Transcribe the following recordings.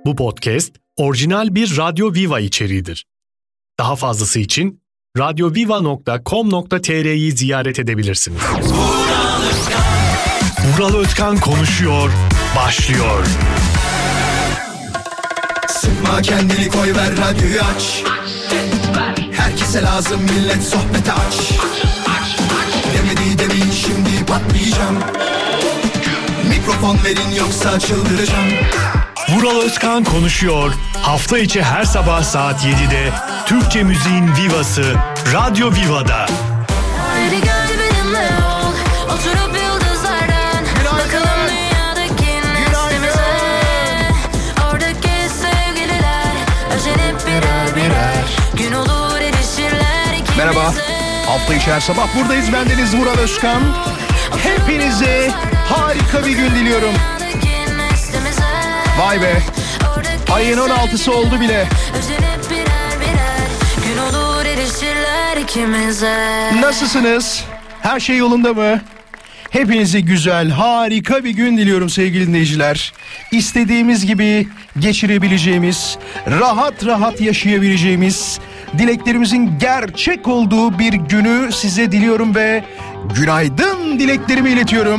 Bu podcast orijinal bir Radyo Viva içeriğidir. Daha fazlası için radyoviva.com.tr'yi ziyaret edebilirsiniz. Vural Özkan konuşuyor, başlıyor. Sıkma kendini, koy ver radyoyu aç. Herkese lazım millet, sohbete aç. Demedi demeyin, şimdi patlayacağım. Mikrofon verin yoksa çıldıracağım. Vural Özkan konuşuyor. Hafta içi her sabah saat 7'de Türkçe müziğin vivası Radyo Viva'da. Haydi gel benimle ol, oturup yıldızlardan bakalım dünyadaki neslimize. Oradaki sevgililer özenip birer birer gün olur erişirler ikimize. Merhaba. Hafta içi her sabah buradayız. Bendeniz Vural Özkan. Hepinize harika bir gün diliyorum. Vay be. Ayın 16'sı oldu bile. Nasılsınız? Her şey yolunda mı? Hepinize güzel, harika bir gün diliyorum sevgili dinleyiciler. İstediğimiz gibi geçirebileceğimiz, rahat rahat yaşayabileceğimiz, dileklerimizin gerçek olduğu bir günü size diliyorum ve günaydın dileklerimi iletiyorum.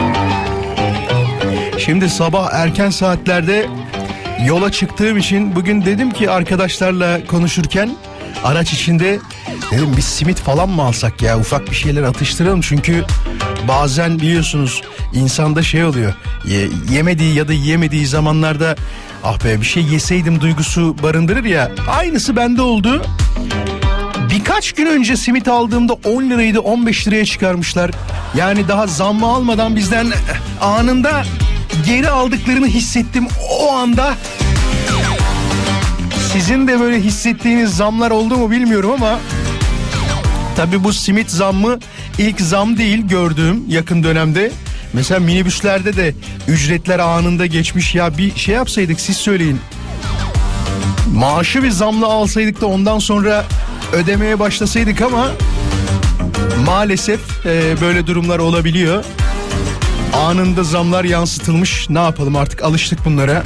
Şimdi sabah erken saatlerde yola çıktığım için bugün dedim ki arkadaşlarla konuşurken araç içinde dedim bir simit falan mı alsak ya, ufak bir şeyler atıştıralım. Çünkü bazen biliyorsunuz insanda şey oluyor, yemediği ya da yiyemediği zamanlarda ah be bir şey yeseydim duygusu barındırır ya, aynısı bende oldu. Birkaç gün önce simit aldığımda 10 liraydı, 15 liraya çıkarmışlar. Yani daha zammı almadan bizden anında geri aldıklarını hissettim o anda. Sizin de böyle hissettiğiniz zamlar oldu mu bilmiyorum ama tabii bu simit zammı ilk zam değil gördüğüm yakın dönemde. Mesela minibüslerde de ücretler anında geçmiş. Ya bir şey yapsaydık, siz söyleyin. Maaşı bir zamla alsaydık da ondan sonra ödemeye başlasaydık ama maalesef böyle durumlar olabiliyor. Anında zamlar yansıtılmış. Ne yapalım, artık alıştık bunlara.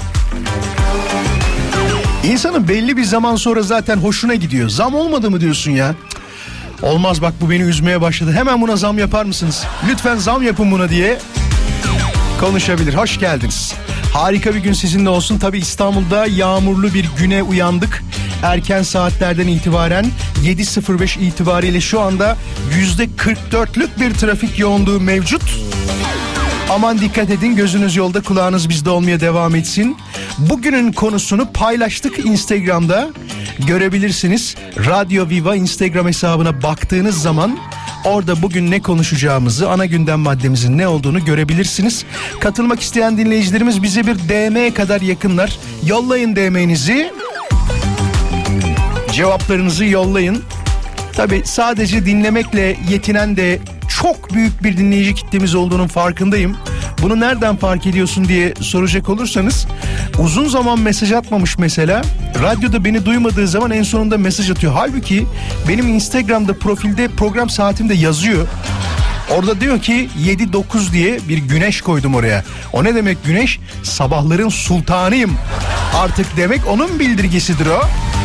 İnsanın belli bir zaman sonra zaten hoşuna gidiyor. Zam olmadı mı diyorsun ya? Olmaz bak, bu beni üzmeye başladı. Hemen buna zam yapar mısınız? Lütfen zam yapın buna diye konuşabilir. Hoş geldiniz. Harika bir gün sizinle olsun. Tabii İstanbul'da yağmurlu bir güne uyandık. Erken saatlerden itibaren 7.05 itibariyle şu anda %44'lük bir trafik yoğunluğu mevcut. Aman dikkat edin, gözünüz yolda, kulağınız bizde olmaya devam etsin. Bugünün konusunu paylaştık Instagram'da, görebilirsiniz. Radyo Viva Instagram hesabına baktığınız zaman orada bugün ne konuşacağımızı, ana gündem maddemizin ne olduğunu görebilirsiniz. Katılmak isteyen dinleyicilerimiz bize bir DM'ye kadar yakınlar. Yollayın DM'nizi. Cevaplarınızı yollayın. Tabii sadece dinlemekle yetinen de çok büyük bir dinleyici kitlemiz olduğunun farkındayım. Bunu nereden fark ediyorsun diye soracak olursanız, uzun zaman mesaj atmamış mesela. Radyoda beni duymadığı zaman en sonunda mesaj atıyor. Halbuki benim Instagram'da profilde program saatimde yazıyor. Orada diyor ki 7-9 diye bir güneş koydum oraya. O ne demek güneş? Sabahların sultanıyım artık demek, onun bildirgesidir o.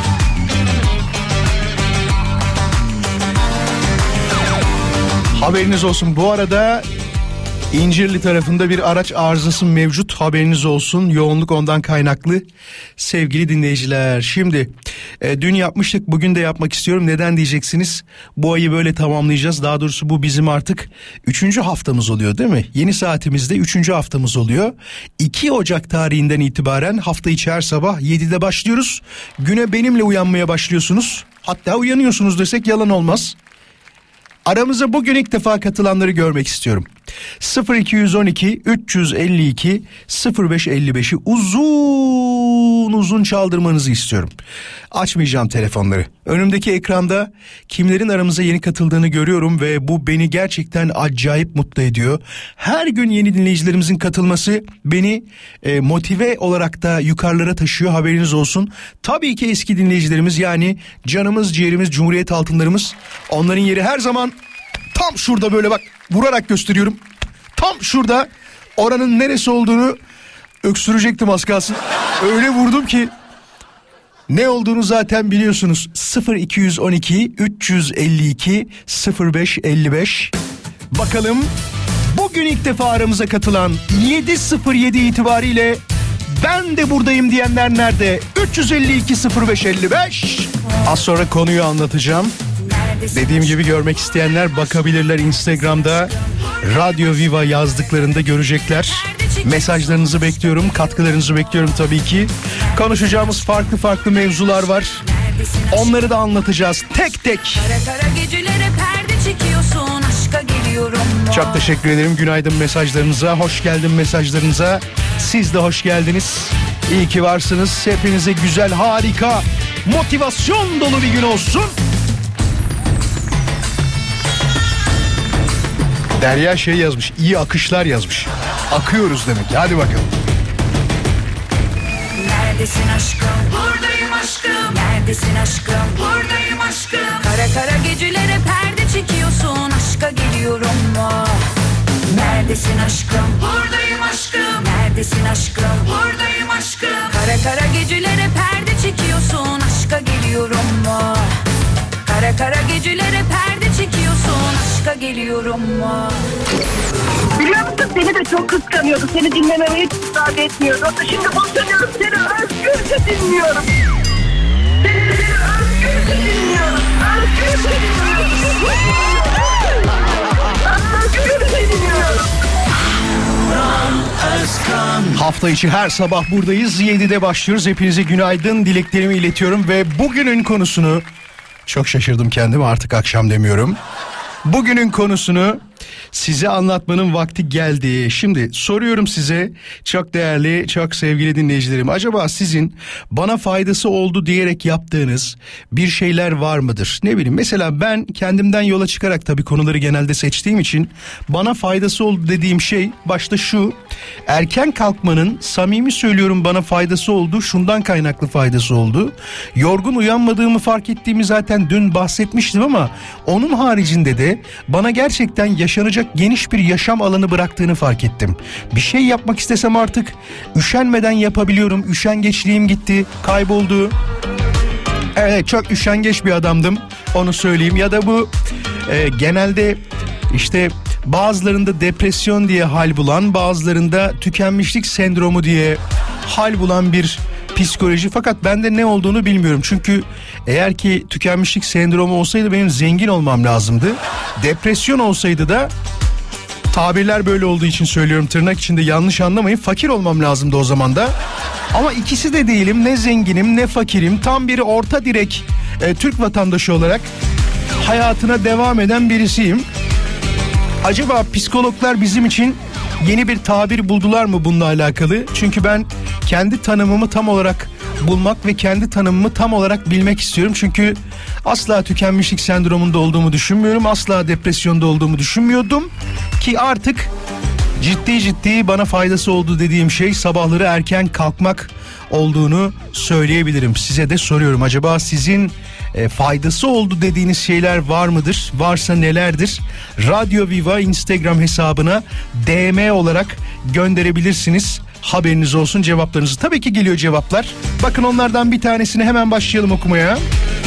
Haberiniz olsun. Bu arada İncirli tarafında bir araç arızası mevcut. Haberiniz olsun. Yoğunluk ondan kaynaklı sevgili dinleyiciler. Şimdi dün yapmıştık, bugün de yapmak istiyorum. Neden diyeceksiniz? Bu ayı böyle tamamlayacağız. Daha doğrusu bu bizim artık 3. haftamız oluyor değil mi? Yeni saatimizde 3. haftamız oluyor. 2 Ocak tarihinden itibaren hafta içi her sabah 7'de başlıyoruz. Güne benimle uyanmaya başlıyorsunuz. Hatta uyanıyorsunuz desek yalan olmaz. Aramıza bugün ilk defa katılanları görmek istiyorum. 0212 352 0555'i uzun çaldırmanızı istiyorum. Açmayacağım telefonları. Önümdeki ekranda kimlerin aramıza yeni katıldığını görüyorum ve bu beni gerçekten acayip mutlu ediyor. Her gün yeni dinleyicilerimizin katılması beni motive olarak da yukarılara taşıyor, haberiniz olsun. Tabii ki eski dinleyicilerimiz, yani canımız ciğerimiz Cumhuriyet altınlarımız, onların yeri her zaman tam şurada, böyle bak vurarak gösteriyorum. Tam şurada, oranın neresi olduğunu Öksürecektim az kalsın. Öyle vurdum ki. Ne olduğunu zaten biliyorsunuz. 0212 352 0555. Bakalım bugün ilk defa aramıza katılan 707 itibariyle ben de buradayım diyenler nerede? 352 0555. Az sonra konuyu anlatacağım. Dediğim gibi görmek isteyenler bakabilirler Instagram'da. Radyo Viva yazdıklarında görecekler. Mesajlarınızı bekliyorum, katkılarınızı bekliyorum tabii ki. Konuşacağımız farklı mevzular var. Onları da anlatacağız tek tek. Çok teşekkür ederim. Günaydın mesajlarınıza, hoş geldin mesajlarınıza. Siz de hoş geldiniz. İyi ki varsınız. Hepinize güzel, harika, motivasyon dolu bir gün olsun. Derya şey yazmış, iyi akışlar yazmış. Akıyoruz demek. Hadi bakalım. Neredesin aşkım? Buradayım aşkım. Neredesin aşkım? Buradayım aşkım. Kara kara gecelere perde çekiyorsun. Aşka geliyorum mu? Neredesin aşkım? Buradayım aşkım. Neredesin aşkım? Buradayım aşkım. Kara kara gecelere perde çekiyorsun. Aşka geliyorum mu? Kara kara gecelere perde çekiyorsun. Aşka geliyorum mu? Biliyor musun, seni de çok kıskanıyordu. Seni dinlememe hiç müsaade etmiyordu. Şimdi boşanıyorum, seni özgürce dinliyorum. Seni özgürce dinliyorum. Özgürce dinliyorum. Özgürce dinliyorum. Hafta içi her sabah buradayız. 7'de başlıyoruz. Hepinize günaydın dileklerimi iletiyorum ve bugünün konusunu çok şaşırdım kendime, artık akşam demiyorum. Bugünün konusunu size anlatmanın vakti geldi. Şimdi soruyorum size, çok değerli, çok sevgili dinleyicilerim. Acaba sizin bana faydası oldu diyerek yaptığınız bir şeyler var mıdır? Ne bileyim, mesela ben kendimden yola çıkarak tabii konuları genelde seçtiğim için bana faydası oldu dediğim şey başta şu: erken kalkmanın, samimi söylüyorum, bana faydası oldu. Şundan kaynaklı faydası oldu. Yorgun uyanmadığımı fark ettiğimi zaten dün bahsetmiştim ama onun haricinde de bana gerçekten yaşanacak geniş bir yaşam alanı bıraktığını fark ettim. Bir şey yapmak istesem artık üşenmeden yapabiliyorum. Üşengeçliğim gitti, kayboldu. Evet, çok üşengeç bir adamdım, onu söyleyeyim. Ya da bu genelde işte bazılarında depresyon diye hal bulan, bazılarında tükenmişlik sendromu diye hal bulan bir psikoloji. Fakat bende ne olduğunu bilmiyorum. Çünkü eğer ki tükenmişlik sendromu olsaydı benim zengin olmam lazımdı. Depresyon olsaydı da, tabirler böyle olduğu için söylüyorum, tırnak içinde yanlış anlamayın, fakir olmam lazımdı o zaman da. Ama ikisi de değilim, ne zenginim ne fakirim, tam bir orta direk Türk vatandaşı olarak hayatına devam eden birisiyim. Acaba psikologlar bizim için yeni bir tabir buldular mı bununla alakalı? Çünkü ben kendi tanımımı tam olarak bulmak ve kendi tanımımı tam olarak bilmek istiyorum. Çünkü asla tükenmişlik sendromunda olduğumu düşünmüyorum. Asla depresyonda olduğumu düşünmüyordum. Ki artık ciddi bana faydası oldu dediğim şey sabahları erken kalkmak olduğunu söyleyebilirim. Size de soruyorum, acaba sizin faydası oldu dediğiniz şeyler var mıdır? Varsa nelerdir? Radyo Viva Instagram hesabına DM olarak gönderebilirsiniz. Haberiniz olsun, cevaplarınızı. Tabii ki geliyor cevaplar. Bakın onlardan bir tanesini hemen başlayalım okumaya.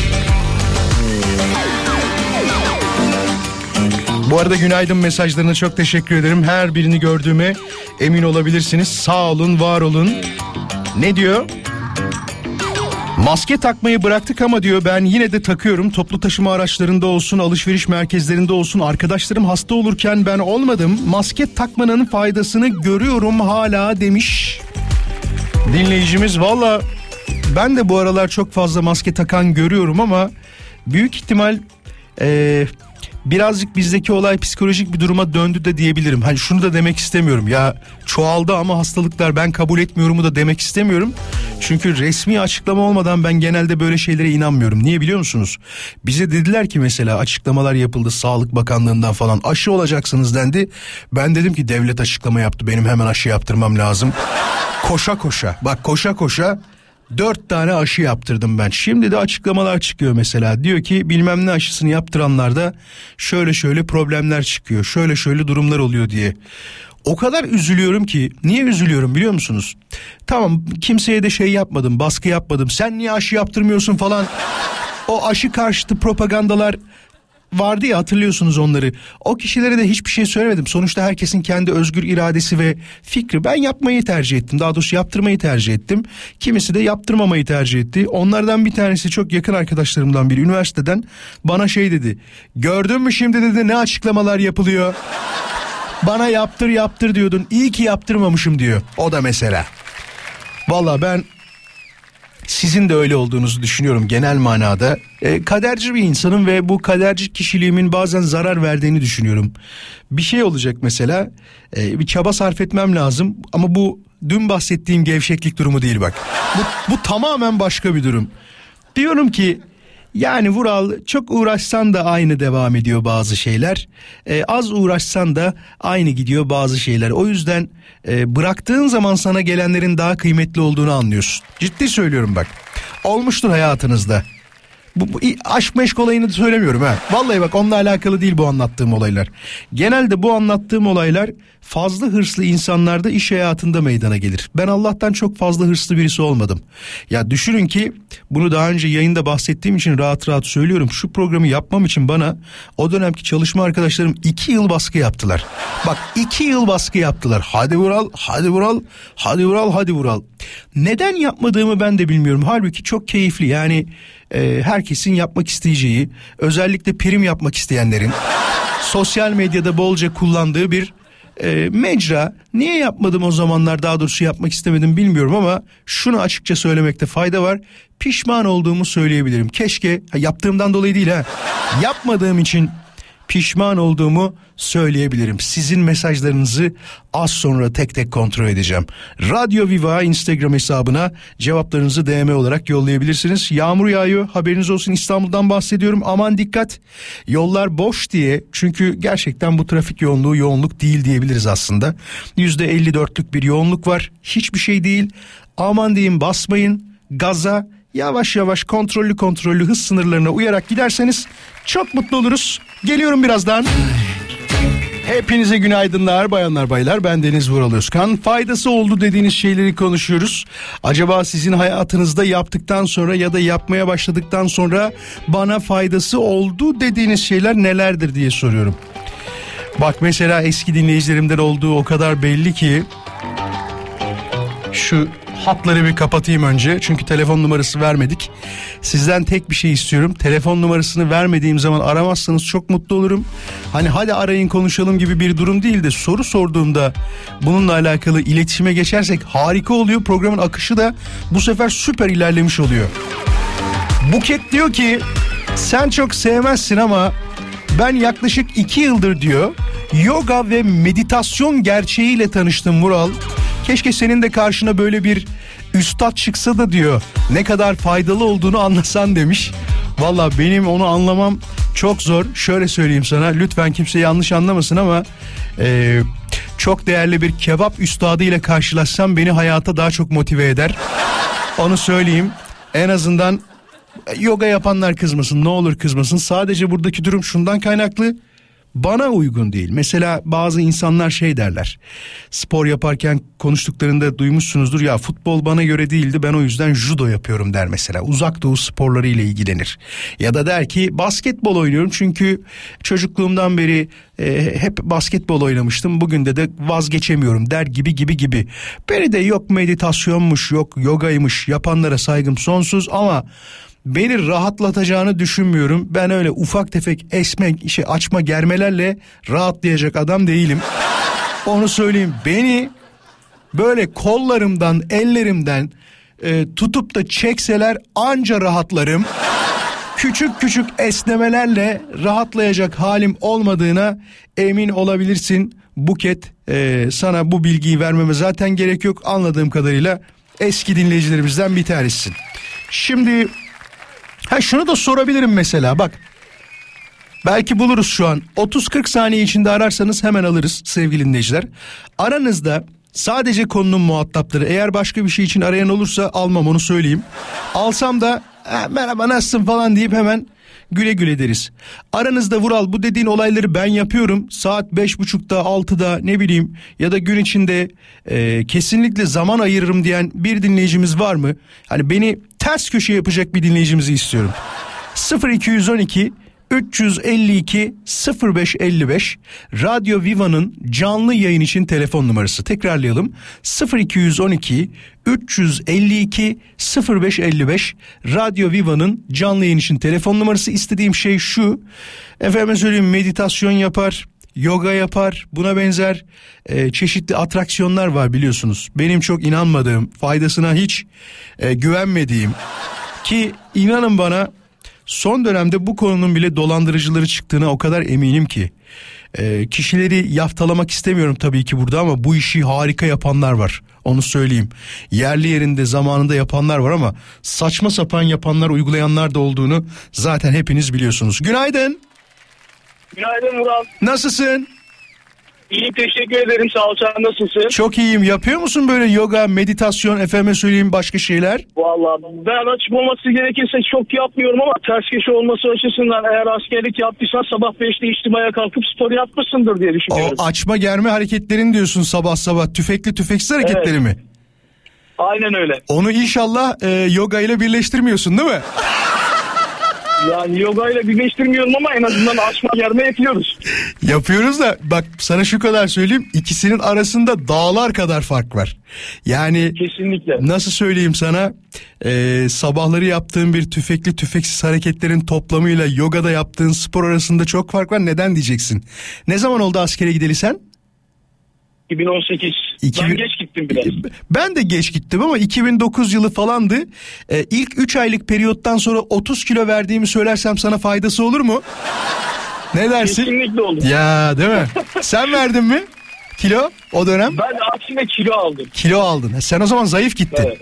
Bu arada günaydın mesajlarına çok teşekkür ederim. Her birini gördüğüme emin olabilirsiniz. Sağ olun, var olun. Ne diyor? Maske takmayı bıraktık ama diyor ben yine de takıyorum. Toplu taşıma araçlarında olsun, alışveriş merkezlerinde olsun. Arkadaşlarım hasta olurken ben olmadım. Maske takmanın faydasını görüyorum hala demiş dinleyicimiz. Valla ben de bu aralar çok fazla maske takan görüyorum ama büyük ihtimal birazcık bizdeki olay psikolojik bir duruma döndü de diyebilirim. Hani şunu da demek istemiyorum ya, çoğaldı ama hastalıklar, ben kabul etmiyorumu da demek istemiyorum. Çünkü resmi açıklama olmadan ben genelde böyle şeylere inanmıyorum. Niye biliyor musunuz? Bize dediler ki mesela, açıklamalar yapıldı Sağlık Bakanlığı'ndan falan, aşı olacaksınız dendi. Ben dedim ki devlet açıklama yaptı, benim hemen aşı yaptırmam lazım. Koşa koşa 4 tane aşı yaptırdım ben. Şimdi de açıklamalar çıkıyor mesela. Diyor ki bilmem ne aşısını yaptıranlarda şöyle problemler çıkıyor. Şöyle durumlar oluyor diye. O kadar üzülüyorum ki. Niye üzülüyorum biliyor musunuz? Tamam, kimseye de şey yapmadım, baskı yapmadım. Sen niye aşı yaptırmıyorsun falan. O aşı karşıtı propagandalar vardı ya, hatırlıyorsunuz onları. O kişilere de hiçbir şey söylemedim. Sonuçta herkesin kendi özgür iradesi ve fikri. Ben yapmayı tercih ettim. Daha doğrusu yaptırmayı tercih ettim. Kimisi de yaptırmamayı tercih etti. Onlardan bir tanesi, çok yakın arkadaşlarımdan biri, üniversiteden bana şey dedi. Gördün mü şimdi dedi ne açıklamalar yapılıyor. Bana yaptır diyordun. İyi ki yaptırmamışım diyor. O da mesela. Vallahi ben sizin de öyle olduğunuzu düşünüyorum genel manada. Kaderci bir insanım ve bu kaderci kişiliğimin bazen zarar verdiğini düşünüyorum. Bir şey olacak mesela, bir çaba sarf etmem lazım ama bu dün bahsettiğim gevşeklik durumu değil bak. Bu tamamen başka bir durum. Diyorum ki yani Vural, çok uğraşsan da aynı devam ediyor bazı şeyler. Az uğraşsan da aynı gidiyor bazı şeyler. O yüzden bıraktığın zaman sana gelenlerin daha kıymetli olduğunu anlıyorsun. Ciddi söylüyorum bak. Olmuştur hayatınızda. Bu aşk meşk olayını da söylemiyorum ha. Vallahi bak, onunla alakalı değil bu anlattığım olaylar. Genelde bu anlattığım olaylar fazla hırslı insanlarda iş hayatında meydana gelir. Ben Allah'tan çok fazla hırslı birisi olmadım. Ya düşünün ki, bunu daha önce yayında bahsettiğim için rahat rahat söylüyorum. Şu programı yapmam için bana o dönemki çalışma arkadaşlarım 2 yıl baskı yaptılar. Bak 2 yıl baskı yaptılar. Hadi Vural, hadi Vural, hadi Vural, hadi Vural. Neden yapmadığımı ben de bilmiyorum. Halbuki çok keyifli yani. Herkesin yapmak isteyeceği, özellikle prim yapmak isteyenlerin sosyal medyada bolca kullandığı bir mecra. Niye yapmadım o zamanlar, daha doğrusu yapmak istemedim bilmiyorum ama şunu açıkça söylemekte fayda var. Pişman olduğumu söyleyebilirim. Keşke, yaptığımdan dolayı değil ha, yapmadığım için pişman olduğumu söyleyebilirim. Sizin mesajlarınızı az sonra tek tek kontrol edeceğim. Radyo Viva Instagram hesabına cevaplarınızı DM olarak yollayabilirsiniz. Yağmur yağıyor, haberiniz olsun, İstanbul'dan bahsediyorum. Aman dikkat, yollar boş diye, çünkü gerçekten bu trafik yoğunluğu yoğunluk değil diyebiliriz aslında. %54'lük bir yoğunluk var, hiçbir şey değil. Aman diyeyim, basmayın gaza. Yavaş yavaş kontrollü hız sınırlarına uyarak giderseniz çok mutlu oluruz. Geliyorum birazdan. Hepinize günaydınlar bayanlar baylar, ben Deniz Vural Özkan. Faydası oldu dediğiniz şeyleri konuşuyoruz. Acaba sizin hayatınızda yaptıktan sonra ya da yapmaya başladıktan sonra bana faydası oldu dediğiniz şeyler nelerdir diye soruyorum. Bak mesela eski dinleyicilerimden olduğu o kadar belli ki, şu hatları bir kapatayım önce, çünkü telefon numarası vermedik. Sizden tek bir şey istiyorum. Telefon numarasını vermediğim zaman aramazsanız çok mutlu olurum. Hani hadi arayın konuşalım gibi bir durum değil de, soru sorduğumda bununla alakalı iletişime geçersek harika oluyor. Programın akışı da bu sefer süper ilerlemiş oluyor. Buket diyor ki, sen çok sevmezsin ama ben yaklaşık 2 yıldır diyor yoga ve meditasyon gerçeğiyle tanıştım Vural. Keşke senin de karşına böyle bir üstad çıksa da diyor ne kadar faydalı olduğunu anlasan demiş. Valla benim onu anlamam çok zor. Şöyle söyleyeyim sana, lütfen kimse yanlış anlamasın ama çok değerli bir kebap üstadı ile karşılaşsam beni hayata daha çok motive eder. Onu söyleyeyim. En azından yoga yapanlar kızmasın, ne olur kızmasın. Sadece buradaki durum şundan kaynaklı: bana uygun değil. Mesela bazı insanlar şey derler, spor yaparken konuştuklarında duymuşsunuzdur, ya futbol bana göre değildi, ben o yüzden judo yapıyorum der mesela. Uzak doğu sporları ile ilgilenir. Ya da der ki basketbol oynuyorum çünkü çocukluğumdan beri hep basketbol oynamıştım, bugün de vazgeçemiyorum der gibi. Beni de yok meditasyonmuş, yok yogaymış yapanlara saygım sonsuz ama beni rahatlatacağını düşünmüyorum. Ben öyle ufak tefek esmek, açma germelerle rahatlayacak adam değilim. Onu söyleyeyim. Beni böyle kollarımdan, ellerimden tutup da çekseler anca rahatlarım. Küçük esnemelerle rahatlayacak halim olmadığına emin olabilirsin. Buket, sana bu bilgiyi vermeme zaten gerek yok. Anladığım kadarıyla eski dinleyicilerimizden bir tanesisin. Şimdi şunu da sorabilirim mesela, bak. Belki buluruz şu an. 30-40 saniye içinde ararsanız hemen alırız sevgili dinleyiciler. Aranızda sadece konunun muhatapları, eğer başka bir şey için arayan olursa almam, onu söyleyeyim. Alsam da merhaba nasılsın falan deyip hemen güle güle deriz. Aranızda Vural bu dediğin olayları ben yapıyorum. Saat 5.30'da 6'da ne bileyim ya da gün içinde kesinlikle zaman ayırırım diyen bir dinleyicimiz var mı? Hani beni ters köşe yapacak bir dinleyicimizi istiyorum. 0212 352 0555 Radyo Viva'nın canlı yayın için telefon numarası. Tekrarlayalım. 0212 352 0555 Radyo Viva'nın canlı yayın için telefon numarası. İstediğim şey şu. Efendim söyleyeyim, meditasyon yapar, yoga yapar, buna benzer çeşitli atraksiyonlar var biliyorsunuz. Benim çok inanmadığım, faydasına hiç güvenmediğim, ki inanın bana son dönemde bu konunun bile dolandırıcıları çıktığına o kadar eminim ki. Kişileri yaftalamak istemiyorum tabii ki burada ama bu işi harika yapanlar var. Onu söyleyeyim. Yerli yerinde zamanında yapanlar var ama saçma sapan yapanlar, uygulayanlar da olduğunu zaten hepiniz biliyorsunuz. Günaydın. Günaydın Vural. Nasılsın? İyi, teşekkür ederim. Sağ ol, sen nasılsın? Çok iyiyim. Yapıyor musun böyle yoga, meditasyon, efendime söyleyeyim başka şeyler? Vallahi ben açık olması gerekirse çok yapmıyorum ama ters köşe olması açısından eğer askerlik yaptıysan sabah 5'te içtimaya kalkıp spor yapmışsındır diye düşünüyorum. O açma germe hareketlerini diyorsun sabah sabah. Tüfekli tüfeksiz hareketleri Evet. mi? Aynen öyle. Onu inşallah yoga ile birleştirmiyorsun değil mi? Yani yoga ile birleştirmiyorum ama en azından açma germe yapıyoruz. Yapıyoruz da bak sana şu kadar söyleyeyim, ikisinin arasında dağlar kadar fark var. Yani Kesinlikle. nasıl söyleyeyim sana, sabahları yaptığın bir tüfekli tüfeksiz hareketlerin toplamıyla yogada yaptığın spor arasında çok fark var. Neden diyeceksin? Ne zaman oldu askere gideli sen? 2018. Ben geç gittim biraz. Ben de geç gittim ama 2009 yılı falandı. İlk 3 aylık periyottan sonra 30 kilo verdiğimi söylersem sana faydası olur mu? Ne dersin? Kesinlikle olur. Ya değil mi? Sen verdin mi kilo o dönem? Ben aksine kilo aldım. Kilo aldın. Sen o zaman zayıf gittin. Evet.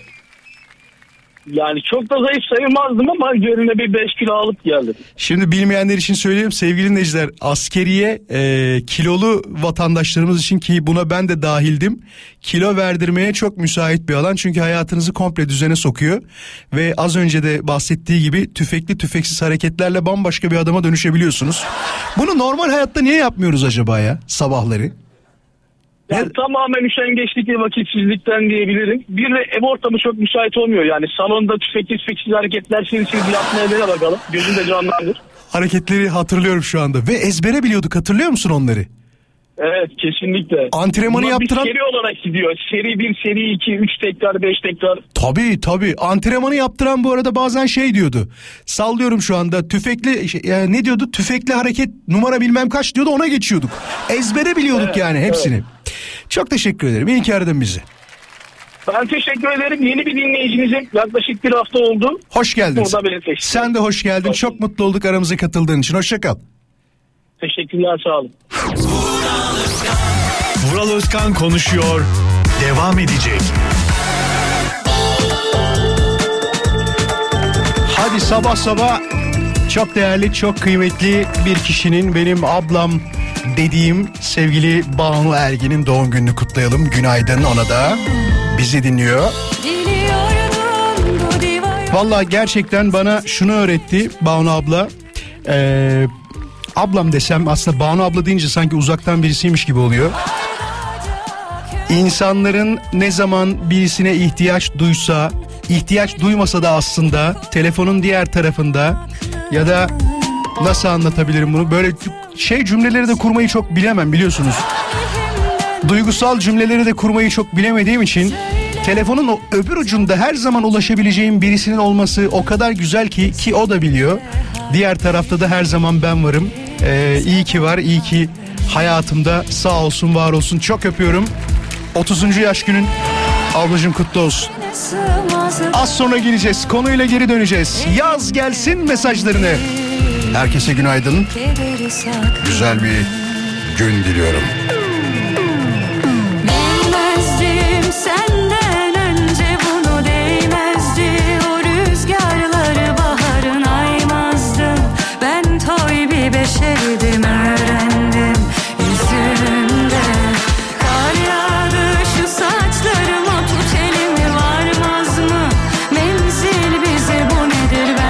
Yani çok da zayıf sayılmazdım ama görüne bir 5 kilo alıp geldim. Şimdi bilmeyenler için söyleyeyim sevgili dinleyiciler, askeriye kilolu vatandaşlarımız için, ki buna ben de dahildim, kilo verdirmeye çok müsait bir alan. Çünkü hayatınızı komple düzene sokuyor ve az önce de bahsettiği gibi tüfekli tüfeksiz hareketlerle bambaşka bir adama dönüşebiliyorsunuz. Bunu normal hayatta niye yapmıyoruz acaba ya sabahları? Yani tamamen üşengeçlik ve vakitsizlikten diyebilirim. Bir de ev ortamı çok müsait olmuyor. Yani salonda tüfeksiz hareketler silsiz yapmaya dene bakalım. Gözünde canlandır. Hareketleri hatırlıyorum şu anda ve ezbere biliyorduk, hatırlıyor musun onları? Evet, kesinlikle. Antrenmanı bunlar yaptıran... bir seri olarak gidiyor. Seri 1, seri 2, 3 tekrar, 5 tekrar. Tabii. Antrenmanı yaptıran bu arada bazen şey diyordu. Sallıyorum şu anda, tüfekli ne diyordu? Tüfekli hareket numara bilmem kaç diyordu, ona geçiyorduk. Ezbere biliyorduk Evet, yani hepsini. evet. Çok teşekkür ederim. İyi ki aradın bizi. Ben teşekkür ederim. Yeni bir dinleyicimizin, yaklaşık bir hafta oldu. Hoş geldin. Burada belirtmek istedim. Sen de hoş geldin. Çok mutlu olduk aramıza katıldığın için. Hoşça kal. Teşekkürler, sağ olun. Vural Özkan konuşuyor. Devam edecek. Hadi sabah sabah çok değerli, çok kıymetli bir kişinin, benim ablam dediğim sevgili Banu Ergin'in doğum gününü kutlayalım. Günaydın ona da. Bizi dinliyor. Vallahi gerçekten bana şunu öğretti Banu abla. Ablam desem aslında, Banu abla deyince sanki uzaktan birisiymiş gibi oluyor. İnsanların ne zaman birisine ihtiyaç duysa, ihtiyaç duymasa da aslında telefonun diğer tarafında, ya da nasıl anlatabilirim bunu, böyle cümleleri de kurmayı çok bilemem biliyorsunuz. Duygusal cümleleri de kurmayı çok bilemediğim için telefonun o öbür ucunda her zaman ulaşabileceğim birisinin olması o kadar güzel ki o da biliyor. Diğer tarafta da her zaman ben varım. İyi ki var, iyi ki hayatımda, sağ olsun, var olsun. Çok öpüyorum. 30. yaş günün ablacığım kutlu olsun. Az sonra geleceğiz, konuyla geri döneceğiz. Yaz gelsin mesajlarını. Herkese günaydın. Güzel bir gün diliyorum. Bilmezdim senden önce bunu, değmezdi o rüzgarları, baharın aymazdım. Ben toy bir beşerdim, öğrendim yüzünde. Kar yağdı şu saçlarıma, tut elimi, varmaz mı menzil bize, bu nedir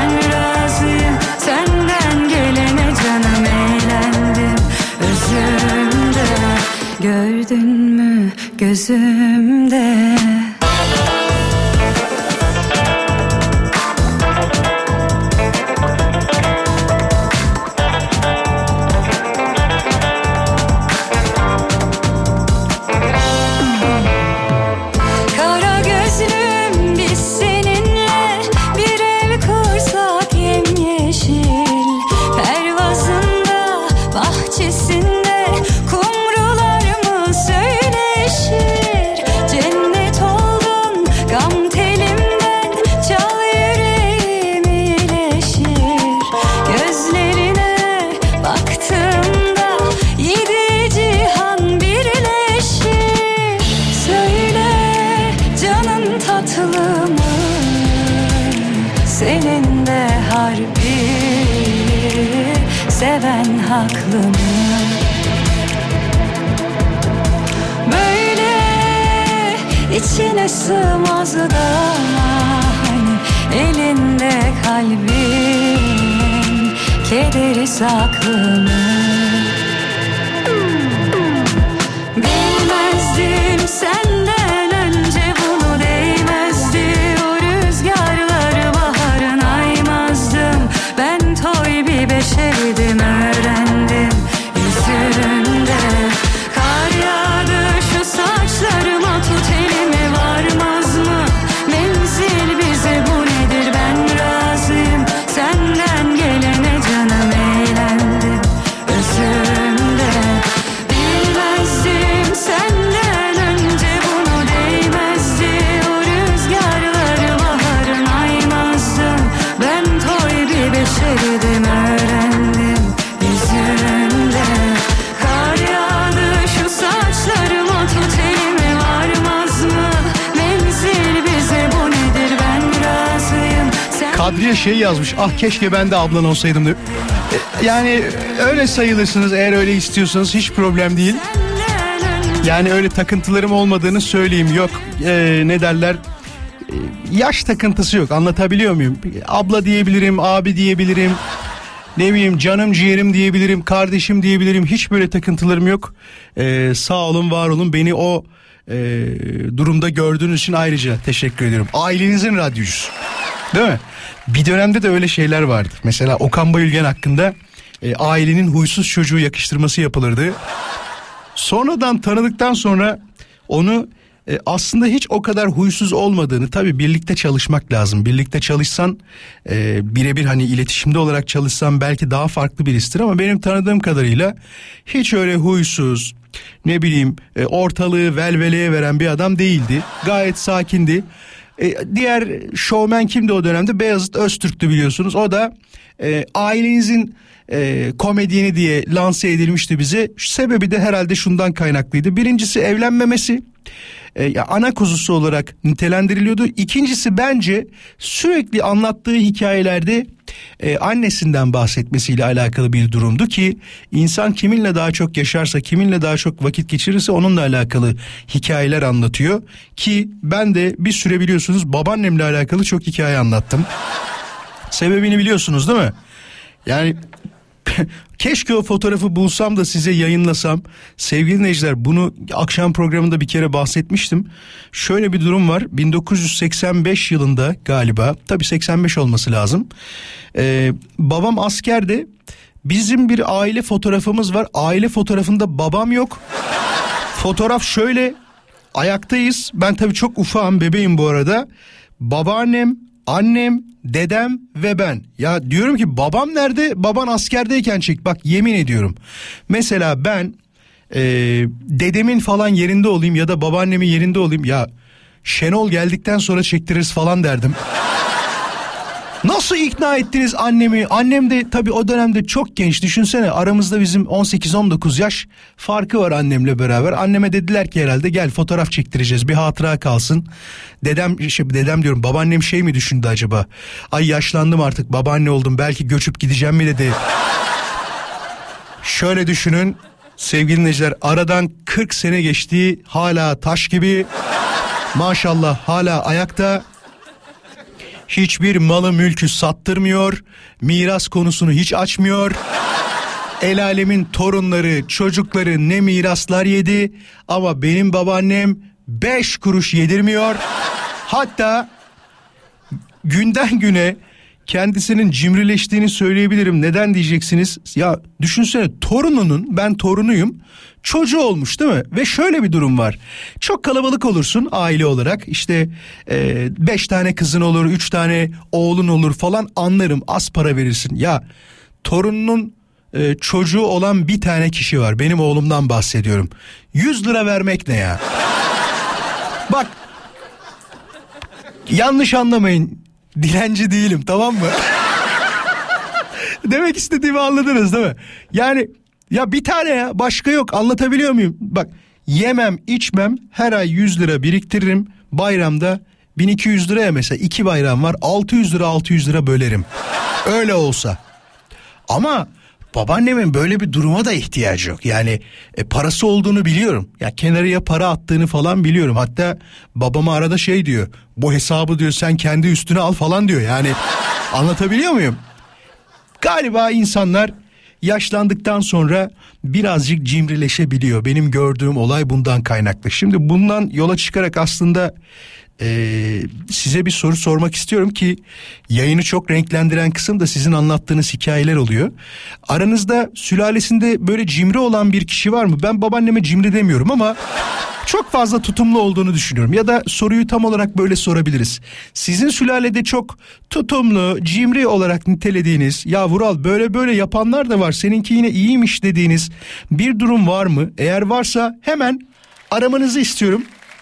tatlı mı? Senin de harbi seven haklı mı? Böyle içine sığmaz da hani elinde kalbin kederi saklı mı? Bilmezdim senden önce bunu, değmezdi o rüzgarlar, baharın aymazdım. Ben toy bir beşerdim, öğrendim yüzünde. Kar yağdı şu saçlarıma, tut elimi varmaz mı? Menzil bize bu nedir, ben razıyım senden gelene canım, eğlendim özümde. Bilmezdim senden önce bunu, değmezdi o rüzgarlar, baharın aymazdım. Ben toy bir beşerdim, öğrendim yüzünde. Kar yağdı şu saçlarıma, tut elimi varmaz mı? Menzil bize bu nedir, ben razıyım sen. Kadriye şey yazmış, ah keşke ben de ablan olsaydım diyor. Yani öyle sayılırsınız eğer öyle istiyorsanız, hiç problem değil. Yani öyle takıntılarım olmadığını söyleyeyim, yok ne derler, yaş takıntısı yok, anlatabiliyor muyum? Abla diyebilirim, abi diyebilirim, ne bileyim canım ciğerim diyebilirim, kardeşim diyebilirim, hiç böyle takıntılarım yok. Sağ olun, var olun, beni o durumda gördüğünüz için ayrıca teşekkür ediyorum. Ailenizin radyocusu, değil mi? Bir dönemde de öyle şeyler vardı. Mesela Okan Bayülgen hakkında ailenin huysuz çocuğu yakıştırması yapılırdı. Sonradan tanıdıktan sonra onu aslında hiç o kadar huysuz olmadığını, tabii birlikte çalışmak lazım. Birlikte çalışsan, birebir hani iletişimde olarak çalışsan belki daha farklı birisidir, ama benim tanıdığım kadarıyla hiç öyle huysuz, ne bileyim ortalığı velveleye veren bir adam değildi. Gayet sakindi. Diğer şovmen kimdi o dönemde? Beyazıt Öztürk'tü, biliyorsunuz. O da ailenizin komedyeni diye lanse edilmişti bize. Sebebi de herhalde şundan kaynaklıydı. Birincisi evlenmemesi, ana kuzusu olarak nitelendiriliyordu. İkincisi bence sürekli anlattığı hikayelerde annesinden bahsetmesiyle alakalı bir durumdu ki insan kiminle daha çok yaşarsa, kiminle daha çok vakit geçirirse onunla alakalı hikayeler anlatıyor. Ki ben de bir süre biliyorsunuz babaannemle alakalı çok hikaye anlattım. Sebebini biliyorsunuz değil mi? Yani keşke o fotoğrafı bulsam da size yayınlasam. Sevgili dinleyiciler, bunu akşam programında bir kere bahsetmiştim. Şöyle bir durum var. 1985 yılında galiba, tabii 85 olması lazım. Babam askerde. Bizim bir aile fotoğrafımız var. Aile fotoğrafında babam yok. Fotoğraf şöyle, ayaktayız. Ben tabii çok ufağım, bebeğim bu arada. Babaannem, annem, dedem ve ben. Ya diyorum ki babam nerede? Baban askerdeyken çek. Bak yemin ediyorum. Mesela ben dedemin falan yerinde olayım ya da babaannemin yerinde olayım. Ya Şenol geldikten sonra çektiririz falan derdim. Nasıl ikna ettiniz annemi? Annem de tabii o dönemde çok genç. Düşünsene, aramızda bizim 18-19 yaş farkı var annemle beraber. Anneme dediler ki herhalde gel fotoğraf çektireceğiz, bir hatıra kalsın. Dedem diyorum, babaannem şey mi düşündü acaba? Ay yaşlandım artık, babaanne oldum, belki göçüp gideceğim mi dedi. Şöyle düşünün sevgili dinleyiciler, aradan 40 sene geçti, hala taş gibi, maşallah hala ayakta. Hiçbir malı mülkü sattırmıyor, miras konusunu hiç açmıyor. El alemin torunları, çocukları ne miraslar yedi, ama benim babaannem 5 kuruş yedirmiyor. Hatta günden güne kendisinin cimrileştiğini söyleyebilirim. Neden diyeceksiniz? Ya düşünsene, torununun, ben torunuyum, çocuğu olmuş değil mi? Ve şöyle bir durum var. Çok kalabalık olursun aile olarak. İşte 5 tane kızın olur, 3 tane oğlun olur falan, anlarım, az para verirsin. Ya torununun çocuğu olan bir tane kişi var. Benim oğlumdan bahsediyorum. 100 lira vermek ne ya? Bak, yanlış anlamayın. Dilenci değilim, tamam mı? Demek istediğimi anladınız değil mi? Yani ya bir tane ya, başka yok, anlatabiliyor muyum? Bak, yemem içmem, her ay 100 lira biriktiririm, bayramda 1200 liraya mesela 2 bayram var, 600 lira bölerim. Öyle olsa. Ama babaannemin böyle bir duruma da ihtiyacı yok. Yani parası olduğunu biliyorum. Ya kenarıya para attığını falan biliyorum. Hatta babama arada şey diyor. Bu hesabı diyor sen kendi üstüne al falan diyor. Yani anlatabiliyor muyum? Galiba insanlar yaşlandıktan sonra birazcık cimrileşebiliyor. Benim gördüğüm olay bundan kaynaklı. Şimdi bundan yola çıkarak aslında size bir soru sormak istiyorum ki yayını çok renklendiren kısım da sizin anlattığınız hikayeler oluyor. Aranızda sülalesinde böyle cimri olan bir kişi var mı? Ben babaanneme cimri demiyorum ama çok fazla tutumlu olduğunu düşünüyorum. Ya da soruyu tam olarak böyle sorabiliriz. Sizin sülalede çok tutumlu, cimri olarak nitelediğiniz, ya Vural böyle yapanlar da var, seninki yine iyiymiş dediğiniz bir durum var mı? Eğer varsa hemen aramanızı istiyorum.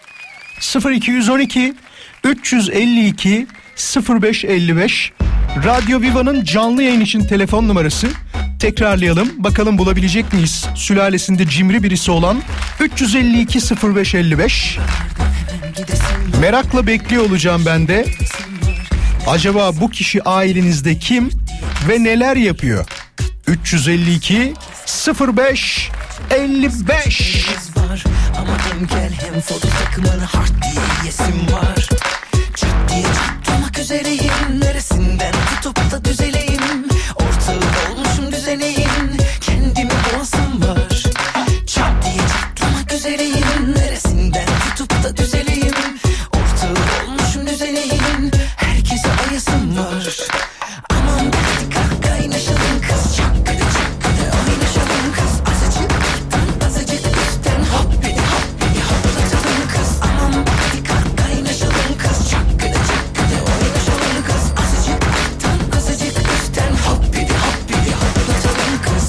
0212 352 0555 Radyo Viva'nın canlı yayın için telefon numarası. Tekrarlayalım, bakalım bulabilecek miyiz sülalesinde cimri birisi olan 352 0555. Merakla bekliyor olacağım ben de. Acaba bu kişi ailenizde kim ve neler yapıyor? 352 05 55. Ama hem gel hem foto takımını hard diye yesim var. Ciddiye çatlamak üzereyim. Neresinden tutup da düzeleyim. Ortağı olmuşum düzeneyim. Kendimi boğazım var. Çat diye çatlamak üzereyim. Neresinden tutup da düzeleyim. Ortağı olmuşum düzeneyim. Herkese ayasım var. Aman hadi kalk kaynaşalım kız. Çakkıdı oynaşalım kız. Azıcık alttan azıcık üstten hop beni hoplatalım kız. Aman hadi kalk kaynaşalım kız. Çakkıdı oynaşalım kız. Azıcık alttan azıcık üstten hop beni hoplatalım kız.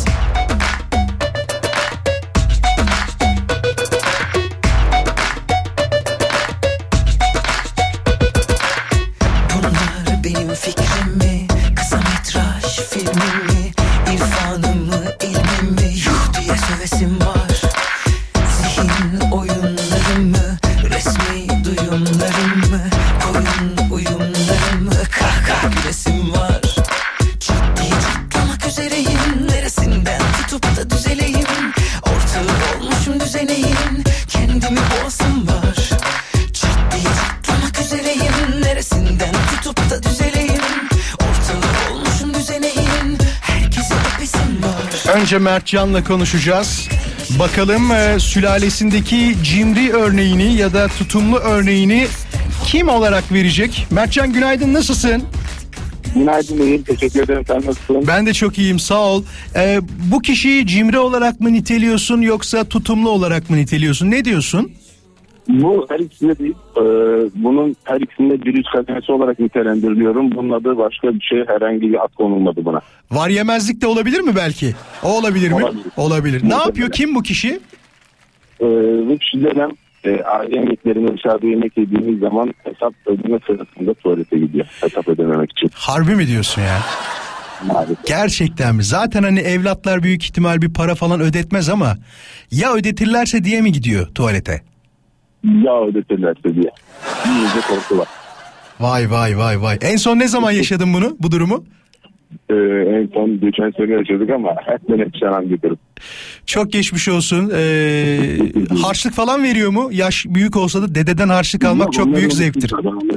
Bunlar benim fikrim mi? Kısa metraj filmim mi? İrfanım mı, ilmim mi? Yuh diye sövesim var. Zihin oyunlarım mı? Resmi duyumlarım mı? Koyun uyumlarım mı? Kahkaha gülesim var. Ciddi çatlamak üzereyim. Neresinden tutup da düzeleyim. Ortağı olmuşum düzeneyim. Kendimi boğazım var. Ciddi çatlamak üzereyim. Neresinden tutup da düzeleyim. Ortağı olmuşum düzeneyim. Herkese öpesim var. Önce Mertcan'la konuşacağız. Bakalım sülalesindeki cimri örneğini ya da tutumlu örneğini kim olarak verecek? Mertcan günaydın, nasılsın? Günaydın, iyiyim. Teşekkür ederim. Sen nasılsın? Ben de çok iyiyim, sağ ol. Bu kişiyi cimri olarak mı niteliyorsun yoksa tutumlu olarak mı niteliyorsun? Ne diyorsun? Bu her ikisinde değil. Bunun her ikisinde bir üst kademesi olarak nitelendiriliyorum. Bunun adı başka bir şey, herhangi bir ad konulmadı buna. Var yemezlik de olabilir mi belki? O olabilir mi? Olabilir. Ne yapıyor? Kim bu kişi? Bu kişilerden aile yemeklerine dışarıda yemek yediğimiz zaman hesap ödeme sırasında tuvalete gidiyor. Hesap ödememek için. Harbi mi diyorsun ya? Maalesef. Gerçekten mi? Zaten hani evlatlar büyük ihtimal bir para falan ödetmez ama ya ödetirlerse diye mi gidiyor tuvalete? Ya ödetirlerse diye. İyice korku var. Vay. En son ne zaman yaşadın bu durumu? En son geçen sene yaşadık ama hep yaşanan bir durum. Çok geçmiş olsun. Harçlık falan veriyor mu? Yaş büyük olsa da dededen harçlık almak çok büyük zevktir.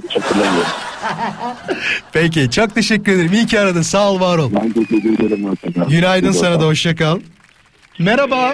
Peki, çok teşekkür ederim. İyi ki aradın. Sağ ol, var ol. Ben teşekkür ederim. Günaydın sana da, hoşça kal. Merhaba.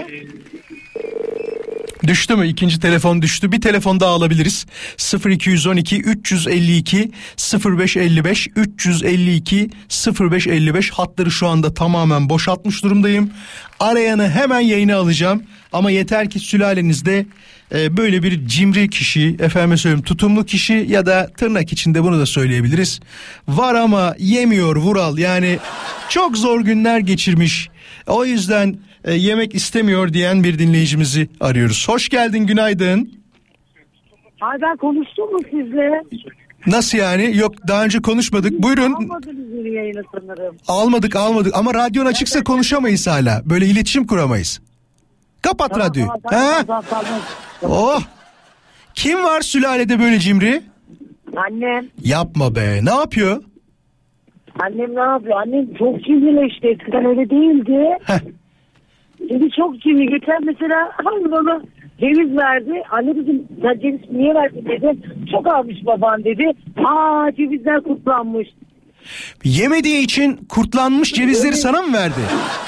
Düştü mü? İkinci telefon düştü. Bir telefon daha alabiliriz. 0212 352 0555 352 0555 hatları şu anda tamamen boşaltmış durumdayım. Arayanı hemen yayına alacağım. Ama yeter ki sülalenizde böyle bir cimri kişi, efendime söyleyeyim tutumlu kişi ya da tırnak içinde bunu da söyleyebiliriz. Var ama yemiyor Vural. Yani çok zor günler geçirmiş. O yüzden yemek istemiyor diyen bir dinleyicimizi arıyoruz. Hoş geldin, günaydın. Ay ben konuştum mu sizle? Nasıl yani? Yok, daha önce konuşmadık. Buyurun. Almadınız beni yayına sanırım. Almadık ama radyon açıksa konuşamayız hala. Böyle iletişim kuramayız. Kapat radyoyu. Tamam. Oh. Kim var sülalede böyle cimri? Annem. Yapma be. Ne yapıyor? Annem ne yapıyor? Annem çok cimrileşti. Eskiden öyle değildi. Heh. Şimdi çok cimri. Geçen mesela bana ceviz verdi. Anne dedim sen ceviz niye verdin dedim. Çok almış baban dedi. Cevizler kurtlanmış. Yemediği için kurtlanmış cevizleri sana mı verdi?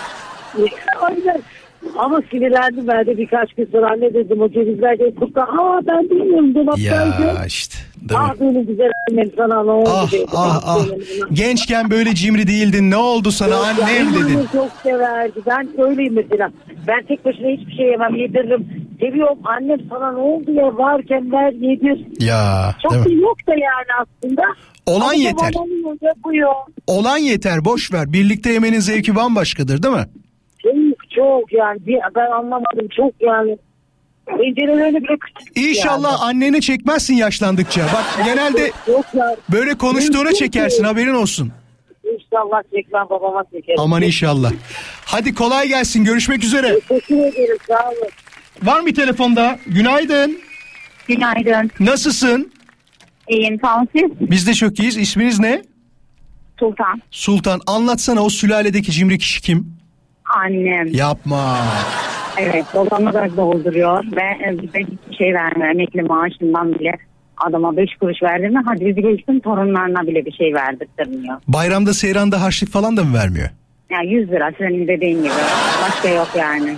Aynen. Ama sinirlendim ben de birkaç gün sonra anne dedim o cevizler de kurtlan. Ben bilmiyorum dolaptaydı. Ya işte. Benim güzel annem sana ne oldu dedi. Gençken böyle cimri değildin. Ne oldu sana annem dedin. Çok severdi. Ben öyleyim mesela. Ben tek başına hiçbir şey yemem, yediririm. Seviyorum. Annem sana ne oldu ya varken ver yedir. Ya. Çok da yok da yani aslında. Olan ama yeter. Yapıyor. Olan yeter, boş ver. Birlikte yemenin zevki bambaşkadır değil mi? Çok yani ben anlamadım çok yani. Pencerelerini bile küçük. İnşallah yani. Anneni çekmezsin yaşlandıkça. Bak genelde böyle konuştuğunu çekersin, haberin olsun. İnşallah çekmem, babama çekerim. Aman inşallah. Hadi kolay gelsin, görüşmek üzere. Teşekkür ederim, sağ olun. Var mı telefonda? Günaydın. Günaydın. Nasılsın? İyiyim, tamam siz? Biz de çok iyiyiz. İsminiz ne? Sultan. Sultan, anlatsana o sülaledeki cimri kişi kim? Annem. Yapma. Evet, babamı da dolduruyor ve bize hiçbir şey vermiyor. Emekli maaşından bile adama 5 kuruş verdi mi? Hadi bizi geçtim, torunlarına bile bir şey verdirtmiyor. Bayramda seyranda harçlık falan da mı vermiyor? Ya 100 lira senin dediğin gibi. Başka yok yani.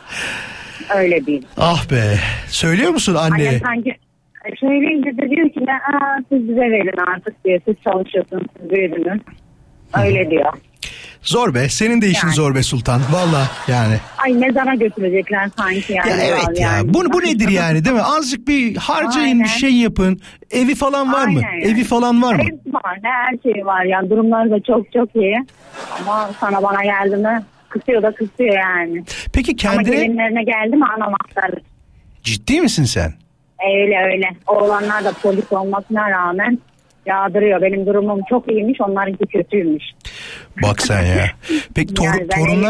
Öyle değil. Ah be. Söylüyor musun anne? Annem sanki söyleyince de diyor ki siz bize verin artık diyor. Siz çalışıyorsunuz, siz büyüdünüz. Öyle diyor. Zor be. Senin de işin yani. Zor be Sultan. Valla yani. Ay mezara götürecekler sanki yani. Ya evet ya. Yani. Bu nedir yani değil mi? Azıcık bir harcayın, Aynen. bir şey yapın. Evi falan var mı? Aynen. Evi falan var mı? Ev var. Her şey var yani. Durumları da çok çok iyi. Ama sana bana geldi mi kısıyor da kısıyor yani. Peki kendine... Ama gelinlerine geldi mi anlamaklar. Ciddi misin sen? Öyle. Oğlanlar da polis olmasına rağmen yağdırıyor. Benim durumum çok iyiymiş, onlarınki kötüymüş. Bak sen ya. Peki yani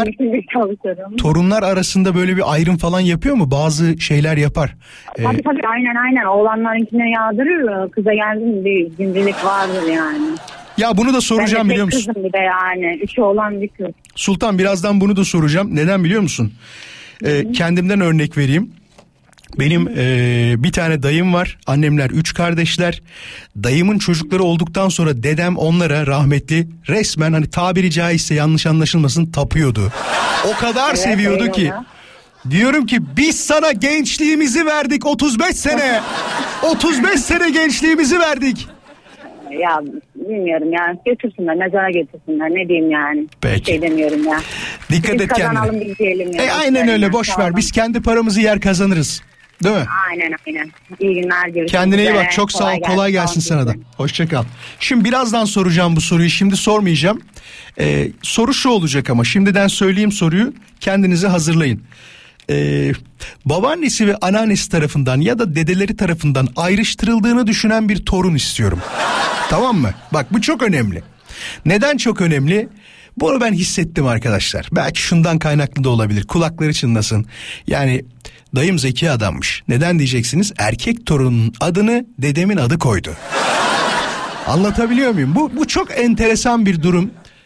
torunlar arasında böyle bir ayrım falan yapıyor mu? Bazı şeyler yapar. Tabii aynen. Oğlanlarınkine yağdırıyor. Kıza geldim bir cimrilik vardır yani. Ya bunu da soracağım biliyor musun? Ben de tek kızım bir de yani. 3 oğlan bir kız. Sultan birazdan bunu da soracağım. Neden biliyor musun? Kendimden örnek vereyim. Benim bir tane dayım var. Annemler 3 kardeşler. Dayımın çocukları olduktan sonra dedem onlara rahmetli resmen hani tabiri caizse yanlış anlaşılmasın tapıyordu. O kadar seviyordu ki. Diyorum ki biz sana gençliğimizi verdik 35 sene. 35 sene gençliğimizi verdik. Ya bilmiyorum ya, götürsünler mezara götürsünler, ne diyeyim yani. Peki. Bir şey demiyorum ya. Dikkat biz et kendine. Biz diyelim ya. Aynen öyle, boş ver. Biz kendi paramızı yer kazanırız. Değil mi? Aynen. İyi günler, görüşürüz. Kendine iyi bak, çok sağ ol, kolay gelsin sana da. Hoşça kal. Şimdi birazdan soracağım bu soruyu, şimdi sormayacağım. Soru şu olacak ama şimdiden söyleyeyim soruyu, kendinizi hazırlayın. Babaannesi ve anneannesi tarafından ya da dedeleri tarafından ayrıştırıldığını düşünen bir torun istiyorum. Tamam mı? Bak bu çok önemli. Neden çok önemli? Bunu ben hissettim arkadaşlar. Belki şundan kaynaklı da olabilir. Kulakları çınlasın. Yani dayım zeki adammış. Neden diyeceksiniz? Erkek torunun adını dedemin adı koydu. Anlatabiliyor muyum? Bu çok enteresan bir durum.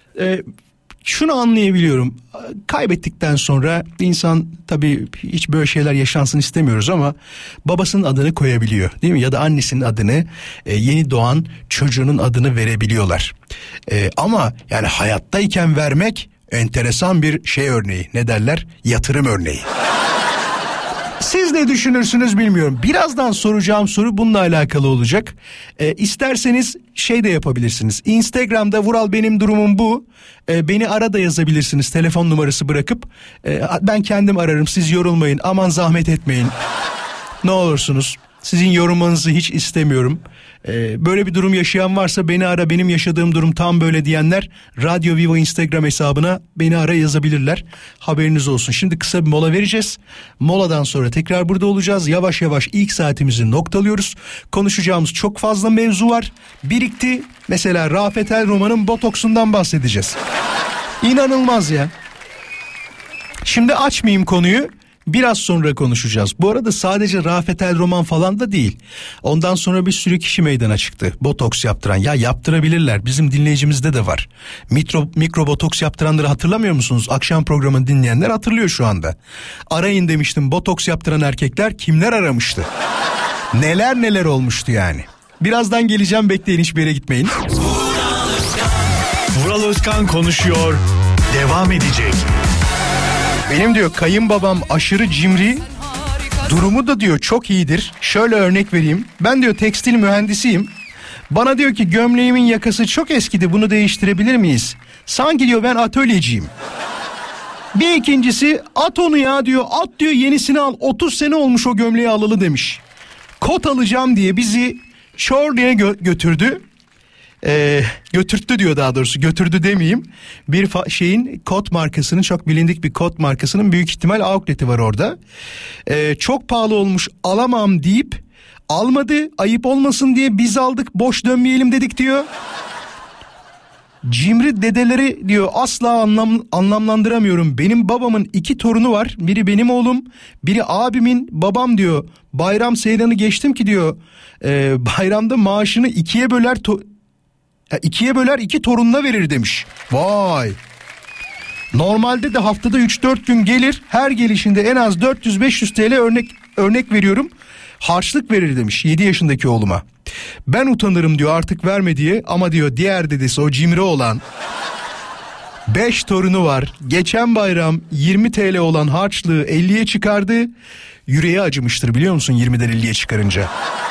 Şunu anlayabiliyorum. Kaybettikten sonra insan tabii hiç böyle şeyler yaşansın istemiyoruz ama babasının adını koyabiliyor, değil mi? Ya da annesinin adını, yeni doğan çocuğunun adını verebiliyorlar. Ama yani hayattayken vermek enteresan bir şey örneği. Ne derler? Yatırım örneği. Siz ne düşünürsünüz bilmiyorum. Birazdan soracağım soru bununla alakalı olacak. İsterseniz şey de yapabilirsiniz. Instagram'da Vural benim durumum bu. Beni ara da yazabilirsiniz telefon numarası bırakıp. Ben kendim ararım, siz yorulmayın, aman zahmet etmeyin. Ne olursunuz. Sizin yorumlarınızı hiç istemiyorum. Böyle bir durum yaşayan varsa beni ara, benim yaşadığım durum tam böyle diyenler Radyo Viva Instagram hesabına beni ara yazabilirler. Haberiniz olsun. Şimdi kısa bir mola vereceğiz. Moladan sonra tekrar burada olacağız. Yavaş yavaş ilk saatimizi noktalıyoruz. Konuşacağımız çok fazla mevzu var. Birikti. Mesela Rafet El Roman'ın botoksundan bahsedeceğiz. İnanılmaz ya. Şimdi açmayayım konuyu. biraz sonra konuşacağız. Bu arada sadece Rafet El Roman falan da değil. Ondan sonra bir sürü kişi meydana çıktı. Botoks yaptıran. Ya yaptırabilirler. Bizim dinleyicimizde de var. Mikro botoks yaptıranları hatırlamıyor musunuz? Akşam programını dinleyenler hatırlıyor şu anda. Arayın demiştim, botoks yaptıran erkekler kimler aramıştı? Neler olmuştu yani. Birazdan geleceğim, bekleyin, hiçbir yere gitmeyin. Vural Özkan konuşuyor. Devam edecek. Benim diyor kayınbabam aşırı cimri, durumu da diyor çok iyidir. Şöyle örnek vereyim. Ben diyor tekstil mühendisiyim. Bana diyor ki gömleğimin yakası çok eskidi, bunu değiştirebilir miyiz? Sanki diyor ben atölyeciyim. Bir ikincisi, at onu ya diyor, at diyor yenisini al, 30 sene olmuş o gömleği alalı demiş. Kot alacağım diye bizi Çorlu'ya götürdü. Götürttü diyor, daha doğrusu götürdü demeyeyim. Bir şeyin, kot markasının, çok bilindik bir kot markasının büyük ihtimal outlet'i var orada. Çok pahalı olmuş, alamam deyip almadı, ayıp olmasın diye biz aldık, boş dönmeyelim dedik diyor. Cimri dedeleri diyor asla anlamlandıramıyorum. Benim babamın 2 torunu var. Biri benim oğlum, biri abimin. Babam diyor bayram seyranı geçtim ki diyor bayramda maaşını 2'ye böler 2 torununa verir demiş. Vay. Normalde de haftada 3-4 gün gelir. Her gelişinde en az 400-500 TL örnek veriyorum, harçlık verir demiş 7 yaşındaki oğluma. Ben utanırım diyor artık verme diye, ama diyor diğer dedesi, o cimri olan 5 torunu var. Geçen bayram 20 TL olan harçlığı 50'ye çıkardı. Yüreği acımıştır biliyor musun 20'den 50'ye çıkarınca.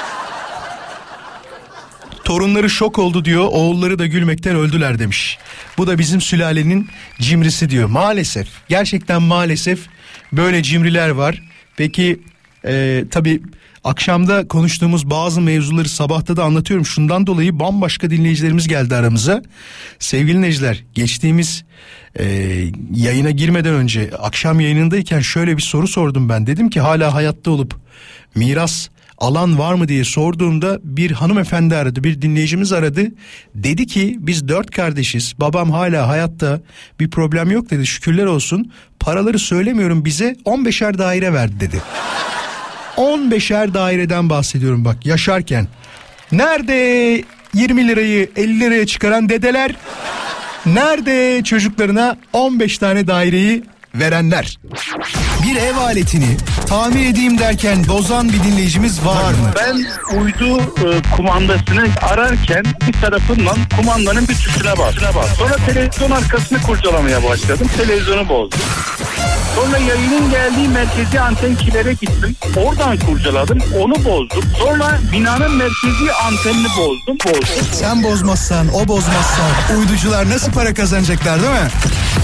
Torunları şok oldu diyor, oğulları da gülmekten öldüler demiş. Bu da bizim sülalenin cimrisi diyor. Maalesef, gerçekten maalesef böyle cimriler var. Peki tabii akşamda konuştuğumuz bazı mevzuları sabahta da anlatıyorum. Şundan dolayı bambaşka dinleyicilerimiz geldi aramıza. Sevgili dinleyiciler, geçtiğimiz yayına girmeden önce akşam yayınındayken şöyle bir soru sordum ben. Dedim ki hala hayatta olup miras alan var mı diye sorduğumda bir hanımefendi aradı, bir dinleyicimiz aradı. Dedi ki biz 4 kardeşiz, babam hala hayatta, bir problem yok dedi, şükürler olsun. Paraları söylemiyorum, bize 15'er daire verdi dedi. 15'er daireden bahsediyorum bak, yaşarken. Nerede 20 lirayı 50 liraya çıkaran dedeler? Nerede çocuklarına 15 tane daireyi verenler? Bir ev aletini tamir edeyim derken bozan bir dinleyicimiz var mı? Ben uydu kumandasını ararken bir tarafından kumandanın bir tuşuna bas. Sonra televizyon arkasını kurcalamaya başladım. Televizyonu bozdum. Sonra yayının geldiği merkezi antenkilere gittim. Oradan kurcaladım, onu bozdum. Sonra binanın merkezi antenini bozdum. Sen bozmazsan, o bozmazsa uyducular nasıl para kazanacaklar değil mi?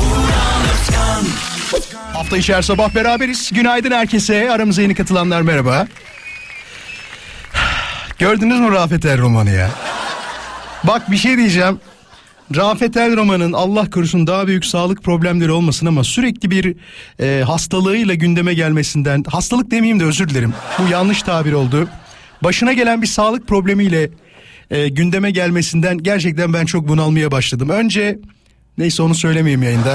Hafta içi her sabah beraberiz. Günaydın herkese. Aramıza yeni katılanlar merhaba. Gördünüz mü Rafet El Roman'ı ya? Bak bir şey diyeceğim. Rafet El Roman'ın Allah korusun daha büyük sağlık problemleri olmasın ama sürekli bir hastalığıyla gündeme gelmesinden, hastalık demeyeyim de özür dilerim, bu yanlış tabir oldu. Başına gelen bir sağlık problemiyle gündeme gelmesinden gerçekten ben çok bunalmaya başladım. Önce neyse onu söylemeyeyim yayında.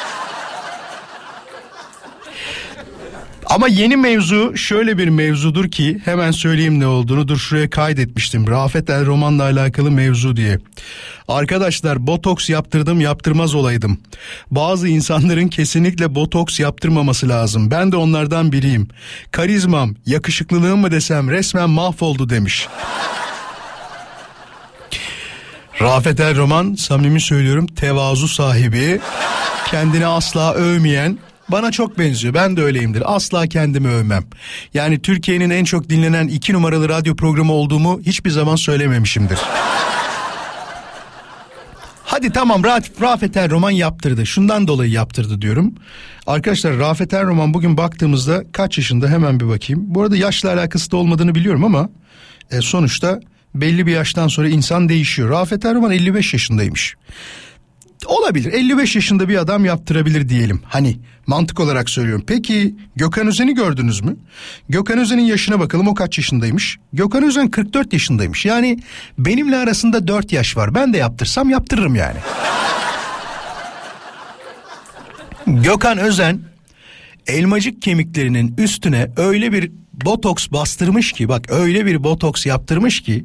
Ama yeni mevzu şöyle bir mevzudur ki hemen söyleyeyim ne olduğunu. Dur, şuraya kaydetmiştim. Rafet El Roman'la alakalı mevzu diye. Arkadaşlar, botoks yaptırdım yaptırmaz olaydım. Bazı insanların kesinlikle botoks yaptırmaması lazım. Ben de onlardan biriyim. Karizmam, yakışıklılığım mı desem resmen mahvoldu demiş. Rafet El Roman, samimi söylüyorum, tevazu sahibi, kendini asla övmeyen. Bana çok benziyor. Ben de öyleyimdir. Asla kendimi övmem. Yani Türkiye'nin en çok dinlenen 2 numaralı radyo programı olduğumu hiçbir zaman söylememişimdir. Hadi tamam, Rafet El Roman yaptırdı. Şundan dolayı yaptırdı diyorum. Arkadaşlar, Rafet El Roman bugün baktığımızda kaç yaşında, hemen bir bakayım. Bu arada yaşla alakası da olmadığını biliyorum ama sonuçta belli bir yaştan sonra insan değişiyor. Rafet El Roman 55 yaşındaymış. Olabilir, 55 yaşında bir adam yaptırabilir diyelim. Hani mantık olarak söylüyorum. Peki Gökhan Özen'i gördünüz mü? Gökhan Özen'in yaşına bakalım, o kaç yaşındaymış? Gökhan Özen 44 yaşındaymış. Yani benimle arasında 4 yaş var. Ben de yaptırsam yaptırırım yani. Gökhan Özen elmacık kemiklerinin üstüne öyle bir botoks bastırmış ki, bak öyle bir botoks yaptırmış ki,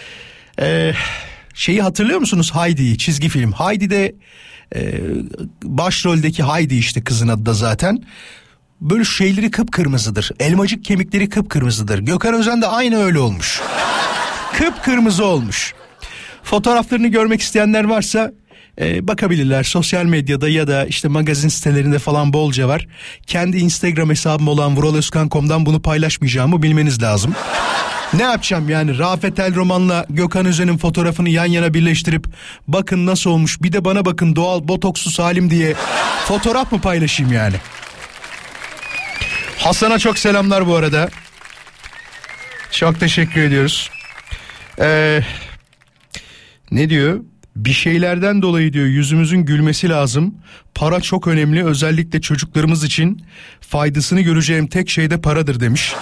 şeyi hatırlıyor musunuz, Heidi'yi, çizgi film. Heidi'de başroldeki Heidi, işte kızın adı da zaten, böyle şeyleri kıpkırmızıdır, elmacık kemikleri kıpkırmızıdır. Gökhan Özen de aynı öyle olmuş, kıpkırmızı olmuş. Fotoğraflarını görmek isteyenler varsa bakabilirler sosyal medyada ya da işte magazin sitelerinde falan bolca var. Kendi Instagram hesabım olan vuraloskan.com'dan bunu paylaşmayacağımı bilmeniz lazım. Ne yapacağım yani, Rafet El Roman'la Gökhan Özen'in fotoğrafını yan yana birleştirip bakın nasıl olmuş, bir de bana bakın doğal botoksuz halim diye fotoğraf mı paylaşayım yani? Hasan'a çok selamlar bu arada. Çok teşekkür ediyoruz. Ne diyor? Bir şeylerden dolayı diyor yüzümüzün gülmesi lazım. Para çok önemli, özellikle çocuklarımız için. Faydasını göreceğim tek şey de paradır demiş.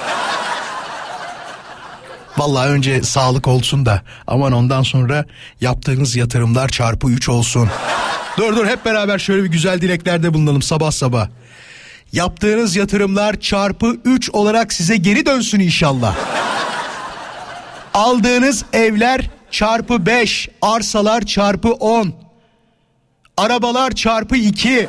Vallahi önce sağlık olsun da aman ondan sonra yaptığınız yatırımlar çarpı 3 olsun. Dur hep beraber şöyle bir güzel dileklerde bulunalım sabah sabah. Yaptığınız yatırımlar çarpı 3 olarak size geri dönsün inşallah. Aldığınız evler çarpı 5, arsalar çarpı 10, arabalar çarpı 2.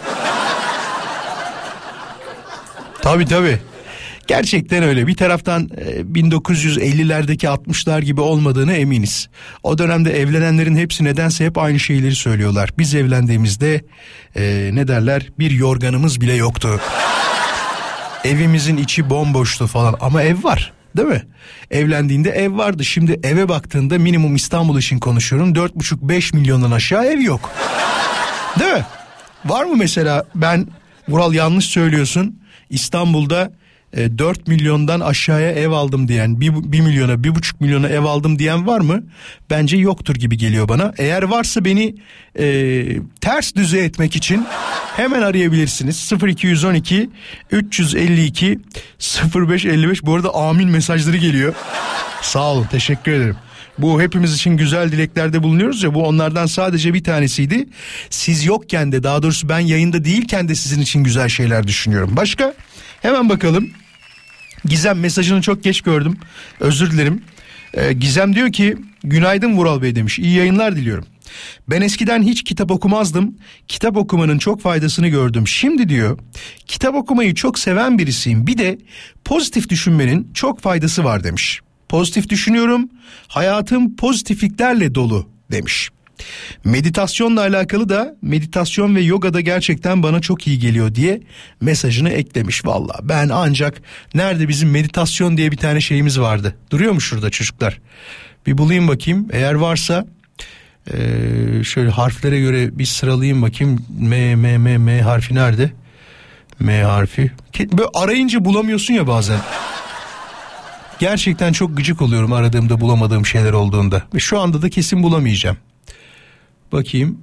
Tabii. Gerçekten öyle. Bir taraftan 1950'lerdeki 60'lar gibi olmadığını eminiz. O dönemde evlenenlerin hepsi nedense hep aynı şeyleri söylüyorlar. Biz evlendiğimizde ne derler, bir yorganımız bile yoktu. Evimizin içi bomboştu falan, ama ev var. Değil mi? Evlendiğinde ev vardı. Şimdi eve baktığında minimum İstanbul için konuşuyorum, 4,5-5 milyondan aşağı ev yok. Değil mi? Var mı mesela, ben Vural yanlış söylüyorsun, İstanbul'da 4 milyondan aşağıya ev aldım diyen, 1 milyona 1,5 milyona ev aldım diyen var mı? Bence yoktur gibi geliyor bana. Eğer varsa beni ters düze etmek için hemen arayabilirsiniz. 0212 352 0555. Bu arada amin mesajları geliyor. Sağ olun, teşekkür ederim. Bu hepimiz için güzel dileklerde bulunuyoruz ya, bu onlardan sadece bir tanesiydi. Siz yokken de, daha doğrusu ben yayında değilken de sizin için güzel şeyler düşünüyorum. Başka? Hemen bakalım. Gizem mesajını çok geç gördüm. Özür dilerim. Gizem diyor ki günaydın Vural Bey demiş. İyi yayınlar diliyorum. Ben eskiden hiç kitap okumazdım. Kitap okumanın çok faydasını gördüm. Şimdi diyor kitap okumayı çok seven birisiyim. Bir de pozitif düşünmenin çok faydası var demiş. Pozitif düşünüyorum. Hayatım pozitifliklerle dolu demiş. Meditasyonla alakalı da, meditasyon ve yoga da gerçekten bana çok iyi geliyor diye mesajını eklemiş. Vallahi ben ancak, nerede bizim meditasyon diye bir tane şeyimiz vardı, duruyor mu şurada çocuklar? Bir bulayım bakayım, eğer varsa şöyle harflere göre bir sıralayayım bakayım. M harfi nerede? M harfi. Böyle arayınca bulamıyorsun ya bazen. Gerçekten çok gıcık oluyorum aradığımda bulamadığım şeyler olduğunda. Ve şu anda da kesin bulamayacağım. Bakayım.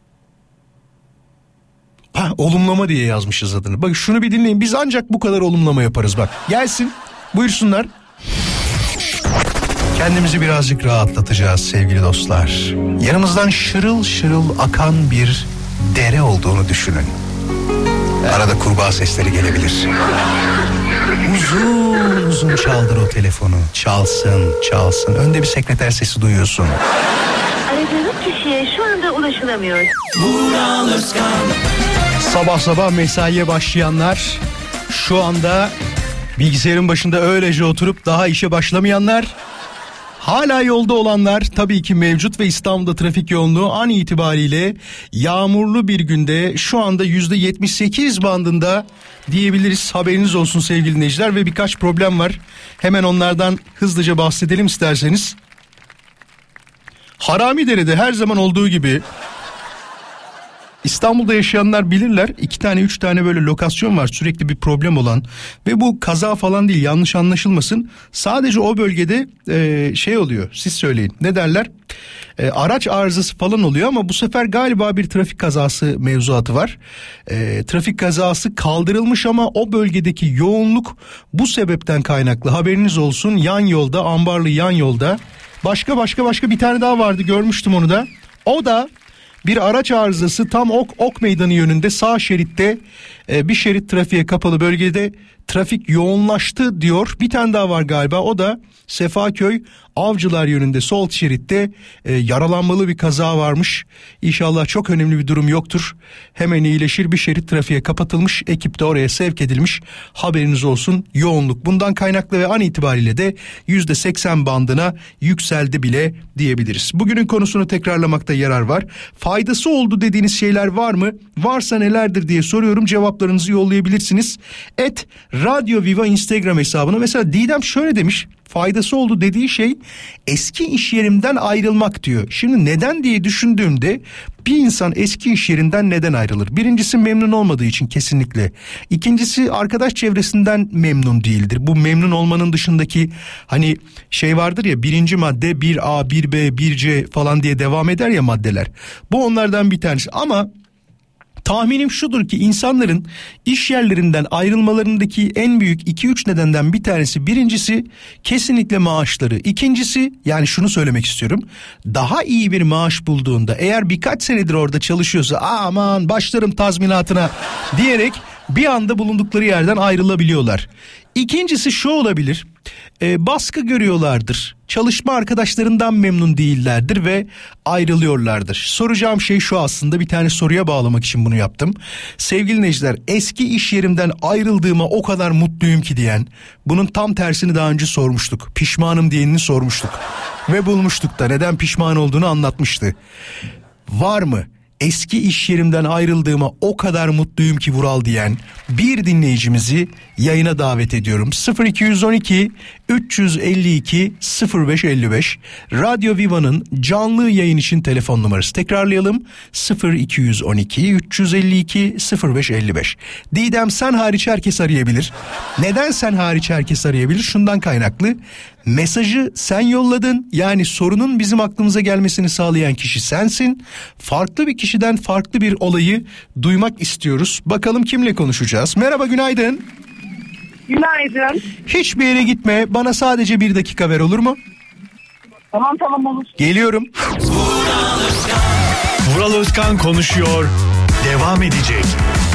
Olumlama diye yazmışız adını. Bak şunu bir dinleyin. Biz ancak bu kadar olumlama yaparız bak. Gelsin. Buyursunlar. Kendimizi birazcık rahatlatacağız sevgili dostlar. Yanımızdan şırıl şırıl akan bir dere olduğunu düşünün. Arada kurbağa sesleri gelebilir. Uzun uzun çaldır o telefonu. Çalsın. Önde bir sekreter sesi duyuyorsun. Aradığınız kişiye şu anda ulaşılamıyor. Sabah sabah mesaiye başlayanlar, şu anda bilgisayarın başında öylece oturup daha işe başlamayanlar, hala yolda olanlar tabii ki mevcut ve İstanbul'da trafik yoğunluğu an itibariyle yağmurlu bir günde şu anda %78 bandında diyebiliriz. Haberiniz olsun sevgili dinleyiciler, ve birkaç problem var. Hemen onlardan hızlıca bahsedelim isterseniz. Haramidere'de her zaman olduğu gibi, İstanbul'da yaşayanlar bilirler, 2 tane 3 tane böyle lokasyon var sürekli bir problem olan, ve bu kaza falan değil, yanlış anlaşılmasın, sadece o bölgede şey oluyor, siz söyleyin, ne derler, araç arızası falan oluyor, ama bu sefer galiba bir trafik kazası mevzuatı var. Trafik kazası kaldırılmış ama o bölgedeki yoğunluk bu sebepten kaynaklı, haberiniz olsun. Yan yolda, Ambarlı yan yolda, başka bir tane daha vardı, görmüştüm onu da, o da Bir araç arızası tam Ok Meydanı yönünde sağ şeritte bir şerit trafiğe kapalı bölgede trafik yoğunlaştı diyor. Bir tane daha var galiba, o da Sefaköy Avcılar yönünde sol şeritte yaralanmalı bir kaza varmış. İnşallah çok önemli bir durum yoktur. Hemen iyileşir, bir şerit trafiğe kapatılmış, ekip de oraya sevk edilmiş. Haberiniz olsun, yoğunluk bundan kaynaklı ve an itibariyle de %80 bandına yükseldi bile diyebiliriz. Bugünün konusunu tekrarlamakta yarar var. Faydası oldu dediğiniz şeyler var mı? Varsa nelerdir diye soruyorum. Cevaplarınızı yollayabilirsiniz. @Radyo Viva Instagram hesabına. Mesela Didem şöyle demiş. Faydası oldu dediği şey eski iş yerimden ayrılmak diyor. Şimdi neden diye düşündüğümde bir insan eski iş yerinden neden ayrılır? Birincisi memnun olmadığı için kesinlikle. İkincisi arkadaş çevresinden memnun değildir. Bu memnun olmanın dışındaki hani şey vardır ya, birinci madde 1A, 1B, 1C falan diye devam eder ya maddeler. Bu onlardan bir tanesi ama tahminim şudur ki insanların iş yerlerinden ayrılmalarındaki en büyük 2-3 nedenden bir tanesi, birincisi kesinlikle maaşları. İkincisi, yani şunu söylemek istiyorum, daha iyi bir maaş bulduğunda, eğer birkaç senedir orada çalışıyorsa aman başlarım tazminatına diyerek bir anda bulundukları yerden ayrılabiliyorlar. İkincisi şu olabilir, baskı görüyorlardır, çalışma arkadaşlarından memnun değillerdir ve ayrılıyorlardır. Soracağım şey şu, aslında bir tane soruya bağlamak için bunu yaptım. Sevgili dinleyiciler, eski iş yerimden ayrıldığıma o kadar mutluyum ki diyen, bunun tam tersini daha önce sormuştuk. Pişmanım diyenini sormuştuk ve bulmuştuk da neden pişman olduğunu anlatmıştı. Var mı? Eski iş yerimden ayrıldığıma o kadar mutluyum ki Vural diyen bir dinleyicimizi yayına davet ediyorum. 0212 352 0555 Radyo Viva'nın canlı yayın için telefon numarası. Tekrarlayalım, 0212 352 0555. Didem, sen hariç herkes arayabilir. Neden sen hariç herkes arayabilir? Şundan kaynaklı. Mesajı sen yolladın, yani sorunun bizim aklımıza gelmesini sağlayan kişi sensin. Farklı bir kişiden farklı bir olayı duymak istiyoruz. Bakalım kimle konuşacağız? Merhaba, günaydın. Günaydın. Hiçbir yere gitme, bana sadece 1 dakika ver, olur mu? Tamam olur. Geliyorum. Vural Özkan konuşuyor. Devam edecek.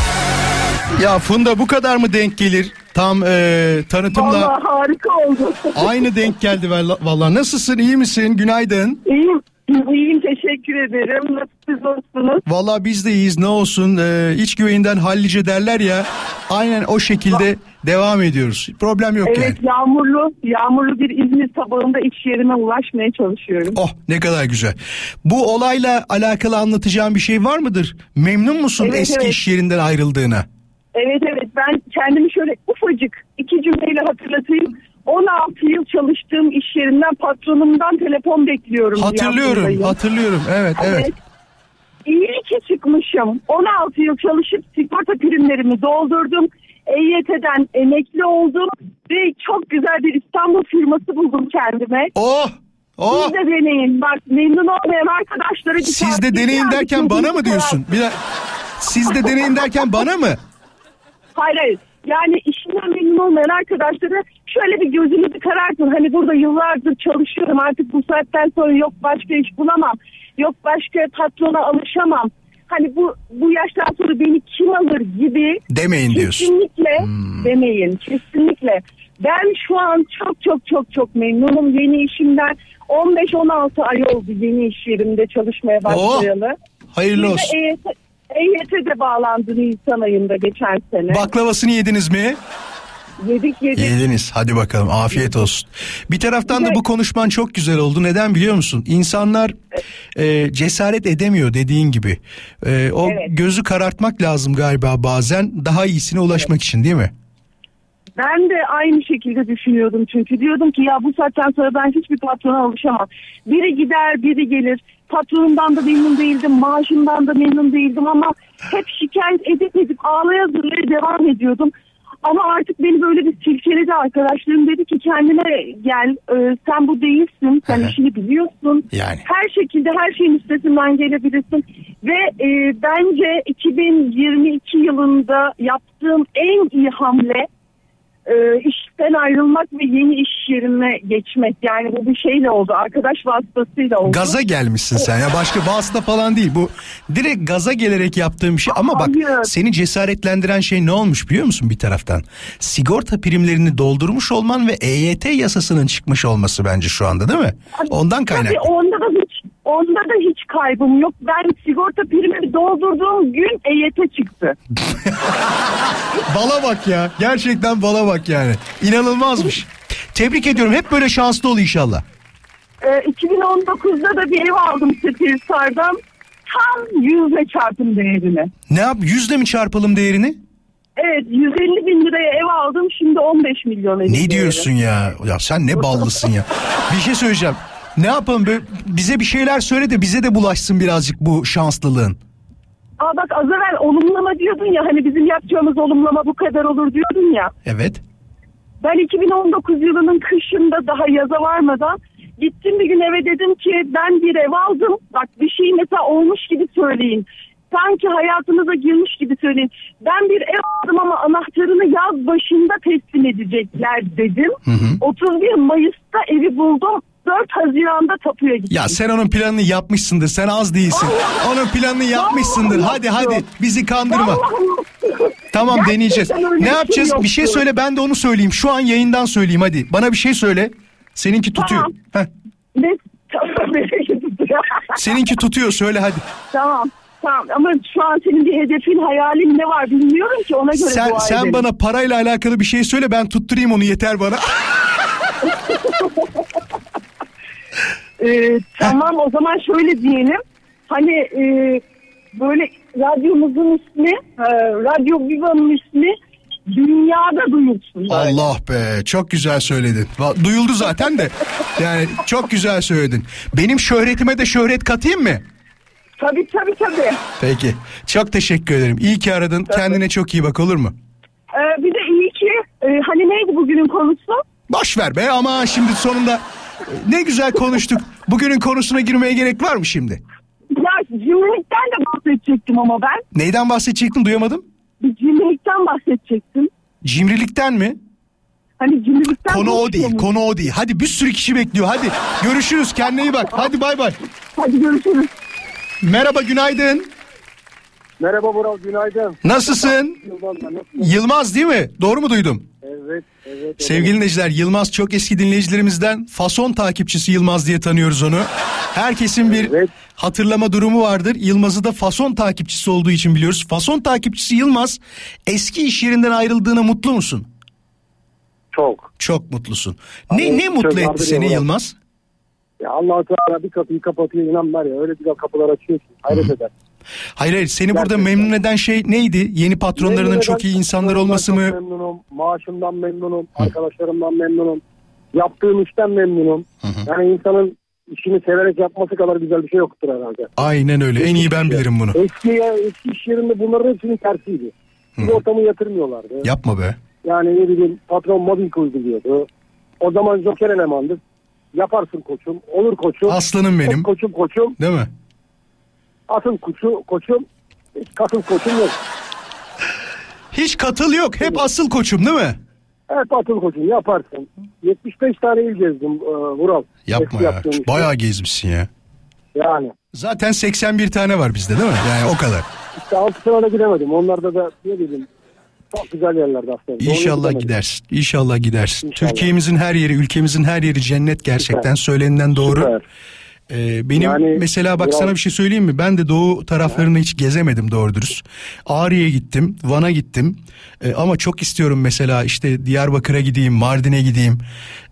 Ya Funda, bu kadar mı denk gelir? Tam tanıtımla. Vallahi harika oldu. Aynı denk geldi vallahi. Nasılsın, iyi misin? Günaydın. İyiyim, teşekkür ederim. Nasılsınız? Vallahi biz de iyiyiz, ne olsun. İç güveyinden hallice derler ya. Aynen o şekilde devam ediyoruz. Problem yok yani. Evet, yağmurlu bir İzmir sabahında iş yerime ulaşmaya çalışıyorum. Oh, ne kadar güzel. Bu olayla alakalı anlatacağım bir şey var mıdır? Memnun musun eski iş yerinden ayrıldığına? Evet, ben kendimi şöyle ufacık 2 cümleyle hatırlatayım. 16 yıl çalıştığım iş yerinden patronumdan telefon bekliyorum. Hatırlıyorum. Evet. İyi ki çıkmışım. 16 yıl çalışıp sigorta primlerimi doldurdum. EYT'den emekli oldum ve çok güzel bir İstanbul firması buldum kendime. Oh! Siz de deneyin. Bak, memnun olmayan arkadaşlara... Siz de deneyin derken bana mı diyorsun? Siz de deneyin derken bana mı? Hayır. Yani işinden memnun olmayan arkadaşlara şöyle bir gözünüzü karartın. Hani burada yıllardır çalışıyorum, artık bu saatten sonra yok başka iş bulamam. Yok başka patrona alışamam. Hani bu yaştan sonra beni kim alır gibi. Demeyin diyorsun. Kesinlikle demeyin. Kesinlikle. Ben şu an çok memnunum yeni işimden. 15-16 ay oldu yeni iş yerimde çalışmaya başlayalı. Hayırlı olsun. EYT'de bağlandı Nisan ayında geçen sene. Baklavasını yediniz mi? Yedik. Yediniz, hadi bakalım, afiyet olsun. Bir taraftan da bu konuşman çok güzel oldu. Neden biliyor musun? İnsanlar cesaret edemiyor dediğin gibi. Gözü karartmak lazım galiba bazen, daha iyisine ulaşmak için, değil mi? Ben de aynı şekilde düşünüyordum çünkü diyordum ki ya bu saatten sonra ben hiçbir patrona alışamam. Biri gider, biri gelir. Patronumdan da memnun değildim, maaşımdan da memnun değildim ama hep şikayet edip ağlaya zırlaya devam ediyordum. Ama artık beni böyle bir silkeledi, arkadaşlarım dedi ki kendine gel, sen bu değilsin, sen işini biliyorsun. Yani. Her şekilde her şeyin üstesinden gelebilirsin. Ve bence 2022 yılında yaptığım en iyi hamle işten ayrılmak ve yeni iş yerine geçmek. Yani bu bir şeyle oldu. Arkadaş vasıtasıyla oldu. Gaza gelmişsin sen ya, başka vasıta falan değil. Bu direkt gaza gelerek yaptığın bir şey. Ama bak, seni cesaretlendiren şey ne olmuş biliyor musun bir taraftan? Sigorta primlerini doldurmuş olman ve EYT yasasının çıkmış olması bence şu anda, değil mi? Ondan kaynaklı. Tabii onda da hiç kaybım yok. Ben sigorta primimi doldurduğum gün EYT çıktı. Bala bak ya. Gerçekten bala bak yani. İnanılmazmış. Tebrik ediyorum. Hep böyle şanslı ol inşallah. 2019'da da bir ev aldım Seferihisar'dan. Tam 100'le çarpım değerini. Ne yap? 100'le mi çarpalım değerini? Evet, 150 bin liraya ev aldım. Şimdi 15 milyon ev. Ne diyorsun ya? Ya sen ne ballısın ya. Bir şey söyleyeceğim. Ne yapalım, böyle bize bir şeyler söyle de bize de bulaşsın birazcık bu şanslılığın. Bak az evvel olumlama diyordun ya, hani bizim yapacağımız olumlama bu kadar olur diyordun ya. Evet. Ben 2019 yılının kışında daha yaza varmadan gittim bir gün eve, dedim ki ben bir ev aldım. Bak bir şey mesela olmuş gibi söyleyin. Sanki hayatınıza girmiş gibi söyleyin. Ben bir ev aldım ama anahtarını yaz başında teslim edecekler dedim. 31 Mayıs'ta evi buldum. 4 Haziran'da tapuya gittim. Ya sen onun planını yapmışsındır. Sen az değilsin. Onun planını yapmışsındır. Hadi bizi kandırma. Tamam, gerçekten deneyeceğiz. Ne yapacağız? Bir şey söyle, ben de onu söyleyeyim. Şu an yayından söyleyeyim hadi. Bana bir şey söyle. Seninki tutuyor. Tamam. Seninki tutuyor, söyle hadi. Tamam ama şu an senin bir hedefin, hayalin ne var bilmiyorum ki, ona göre dua edelim. Sen bana parayla alakalı bir şey söyle, ben tutturayım onu, yeter bana. Tamam o zaman şöyle diyelim. Hani böyle radyomuzun ismi, Radyo Viva'nın ismi dünyada duyulsun. Allah be, çok güzel söyledin. Duyuldu zaten de. Yani çok güzel söyledin. Benim şöhretime de şöhret katayım mı? Tabii. Peki. Çok teşekkür ederim. İyi ki aradın. Tabii. Kendine çok iyi bak, olur mu? Bir de iyi ki hani neydi bugünün konusu? Boş ver be, ama şimdi sonunda ne güzel konuştuk. Bugünün konusuna girmeye gerek var mı şimdi? Ya cimrilikten de bahsedecektim ama ben. Neyden bahsedecektin, duyamadım? Bir cimrilikten bahsedecektim. Cimrilikten mi? Hani cimrilikten Konu o değil. Hadi bir sürü kişi bekliyor. Hadi görüşürüz, kendine iyi bak. Hadi bay bay. Hadi görüşürüz. Merhaba, günaydın. Merhaba Vural, günaydın. Nasılsın? Yılmaz değil mi? Doğru mu duydum? Evet. Sevgili dinleyiciler, Yılmaz çok eski dinleyicilerimizden, fason takipçisi Yılmaz diye tanıyoruz onu. Herkesin bir hatırlama durumu vardır. Yılmaz'ı da fason takipçisi olduğu için biliyoruz. Fason takipçisi Yılmaz, eski iş yerinden ayrıldığına mutlu musun? Çok mutlusun. Ne mutlu etti seni Yılmaz? Ya Allah-u Teala bir kapıyı kapatıyor, inan var ya, öyle güzel kapılar açıyor ki hayret eder. Hayır, seni burada memnun eden şey neydi? Yeni patronlarının çok iyi insanlar olması mı? Memnunum, maaşımdan memnunum, arkadaşlarımdan memnunum, yaptığım işten memnunum. Yani insanın işini severek yapması kadar güzel bir şey yoktur herhalde. Aynen öyle, en iyi ben bilirim bunu. Eski iş yerinde bunların hepsinin tersiydi. Bir ortamı yatırmıyorlardı. Yapma be. Yani ne bileyim, patron mobbing uyguluyordu. O zaman joker elemandı. Yaparsın koçum, olur koçum. Aslanım benim. Koçum. Değil mi? Asıl koçum, kasıl koçum yok. Hiç katıl yok, hep asıl koçum değil mi? Hep asıl koçum, yaparsın. 75 tane il gezdim Vural. Yapma ya, bayağı gezmişsin ya. Yani. Zaten 81 tane var bizde değil mi? Yani o kadar. İşte 6 sene gidemedim, onlarda da ne bileyim. Çok güzel yerlerde aslında. İnşallah gidersin. İnşallah gidersin. İnşallah. Türkiye'mizin her yeri, ülkemizin her yeri cennet gerçekten. Söylenilen doğru. Süper. Benim yani, mesela bak sana bir şey söyleyeyim mi? Ben de doğu taraflarını hiç gezemedim doğru dürüst. Ağrı'ya gittim, Van'a gittim. Ama çok istiyorum mesela işte Diyarbakır'a gideyim, Mardin'e gideyim.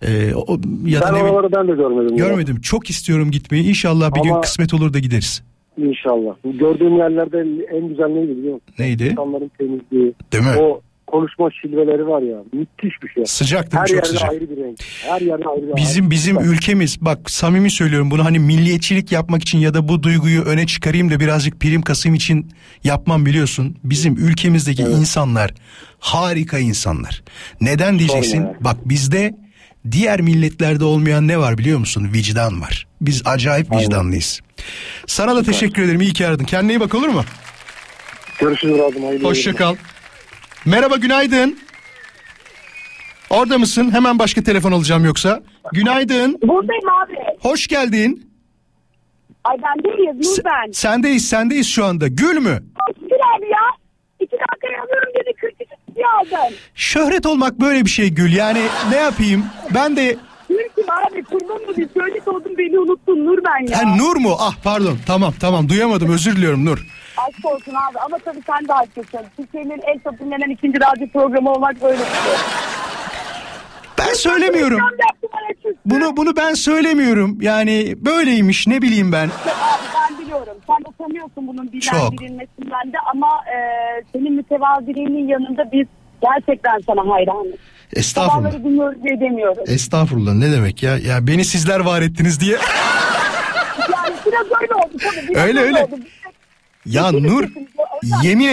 Ya da oraları ben de görmedim. Görmedim. Ya. Çok istiyorum gitmeyi. İnşallah bir gün kısmet olur da gideriz. İnşallah. Gördüğüm yerlerde en güzel neydi biliyor musun? Neydi? İnsanların temizliği. Değil mi? O konuşma şiveleri var ya, müthiş bir şey. Sıcak değil mi? Çok sıcak. Her yerde ayrı bir renk. Her yerde ayrı bir Bizim ülkemiz, bak samimi söylüyorum bunu, hani milliyetçilik yapmak için ya da bu duyguyu öne çıkarayım da birazcık prim kasayım için yapmam, biliyorsun. Bizim ülkemizdeki insanlar harika insanlar. Neden diyeceksin? Bak bizde diğer milletlerde olmayan ne var biliyor musun? Vicdan var. Biz acayip vicdanlıyız. Sana da teşekkür ederim. İyi ki aradın. Kendine iyi bak, olur mu? Görüşürüz lazım. Hoşça kal. Merhaba, günaydın. Orada mısın? Hemen başka telefon alacağım yoksa. Günaydın. Buradayım abi. Hoş geldin. Ay ben değilim Nur ben. Sendeyiz şu anda. Gül mü? Gül abi ya. 2 dakika alıyorum dedi 42 aldım. Şöhret olmak böyle bir şey Gül. Yani ne yapayım? Ben de... Gül kim abi? Kurban mı? Söyle oldum beni unuttun Nur ben ya. Ha, Nur mu? Ah pardon. Tamam. Duyamadım. Özür diliyorum Nur. Aşk olsun abi ama tabii sen de haklısın. Türkiye'nin en çok dinlenen 2. radyo programı olmak böyle bir şey. Ben söylemiyorum. Bunu ben söylemiyorum. Yani böyleymiş ne bileyim ben. Abi ben biliyorum. Sen de tanıyorsun bunun bilinmesinden de ama senin mütevaziliğinin yanında biz gerçekten sana hayranız. Estağfurullah. Sabahları dinliyoruz diye demiyoruz. Estağfurullah ne demek ya? Ya beni sizler var ettiniz diye. Yani biraz öyle oldu tabii. Öyle. Oldu. Ya Nur yemin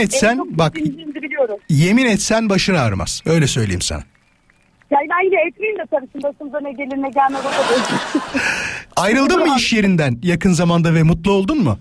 etsen başın ağrımaz. Öyle söyleyeyim sana. Yani ben yine etmeyeyim de tabii şimdi başımıza ne gelir ne gelmez o da Ayrıldın mı iş yerinden yakın zamanda ve mutlu oldun mu?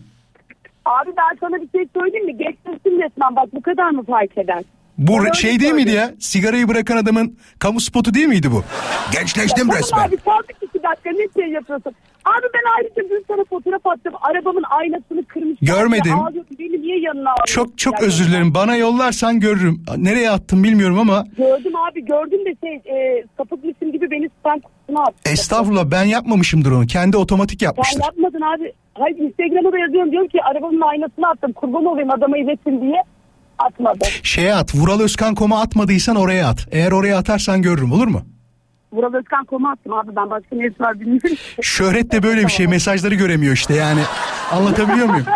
Abi ben sana bir şey söyleyeyim mi? Geçmişsin resmen bak bu kadar mı fark eder? Bu şey değil miydi ya? Sigarayı bırakan adamın kamu spotu değil miydi bu? Gençleştim ya, resmen. Abi kaldık 2 dakika ne şey yapıyorsun? Abi ben ayrıca dün sana fotoğraf attım. Arabamın aynasını kırmış. Görmedim. Beni niye yanına alıyorsun? Çok özür dilerim. Bana yollarsan görürüm. Nereye attım bilmiyorum ama. Gördüm abi gördüm de sapık misin gibi beni spam kutusuna attı. Estağfurullah ben yapmamışımdır onu. Kendi otomatik yapmıştır. Sen yapmadın abi. Hayır Instagram'a da yazıyorum diyorum ki arabamın aynasını attım. Kurban olayım adama iletin diye. Atmadı. Şeye at. Vuralozkan.com'a atmadıysan oraya at. Eğer oraya atarsan görürüm olur mu? Vuralozkan.com'a attım abi ben başka neyse var bilmiyorum. Şöhret de böyle bir şey. Mesajları göremiyor işte yani. Anlatabiliyor muyum?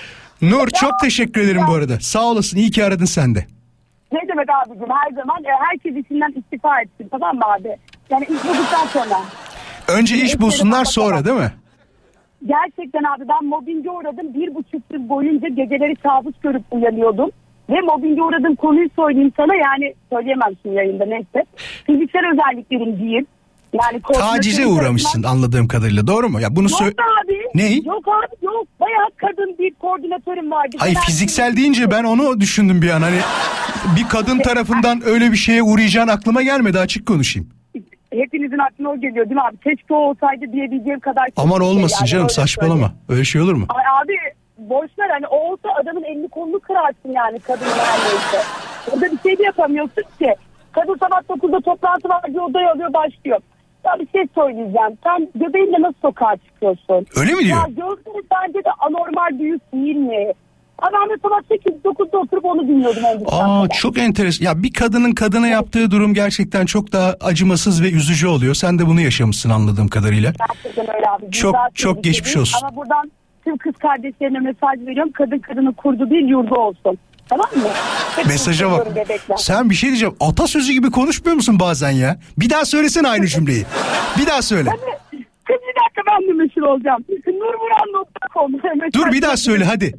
Nur çok teşekkür ederim bu arada. Sağ olasın. İyi ki aradın sen de. Ne demek abicim her zaman herkes işinden istifa etsin tamam mı abi? Yani iş bulduktan sonra. Önce iş bulsunlar sonra değil mi? Gerçekten abi ben mobbinge uğradım. 1,5 yıl boyunca geceleri kabus görüp uyanıyordum. Ve mobbinge uğradığım konuyu söyleyeyim sana yani söyleyemem şimdi yayında neyse. Fiziksel özelliklerim diyeyim. Yani tacize uğramışsın anladığım kadarıyla doğru mu? Ya bunu yok abi. Ney? Yok abi yok. Bayağı kadın bir koordinatörüm vardı. Hayır fiziksel deyince ben onu düşündüm bir an. Hani bir kadın tarafından öyle bir şeye uğrayacağın aklıma gelmedi açık konuşayım. Hepinizin aklına o geliyor değil mi abi? Keşke o olsaydı diyebileceğim kadar. Aman olmasın yani, canım saçmalama. Öyle şey olur mu? Abi boşver hani o olsa adamın elini kolunu kırarsın yani kadının neredeyse. Orada bir şey de yapamıyorsun ki. Kadın sabah 9'da toplantı var bir odaya alıyor başlıyor. Ya bir şey söyleyeceğim. Sen göbeğinle nasıl sokağa çıkıyorsun? Öyle mi diyor? Ya gördüğünüz bence de anormal bir yüz değil mi? Abi ben de sabah 8-9'da oturup onu dinliyordum. Çok enteresan. Ya bir kadının kadına yaptığı durum gerçekten çok daha acımasız ve üzücü oluyor. Sen de bunu yaşamışsın anladığım kadarıyla. Gerçekten öyle abi. Çok geçmiş olsun. Ama buradan tüm kız kardeşlerine mesaj veriyorum. Kadın kadının kurdu değil yurdu olsun. Tamam mı? Mesaja bak. Sen bir şey diyeceğim. Atasözü gibi konuşmuyor musun bazen ya? Bir daha söylesene aynı cümleyi. Bir daha söyle. Kız bir dakika ben de meşhur olacağım. Nurmuran.com. Dur bir daha söyle hadi.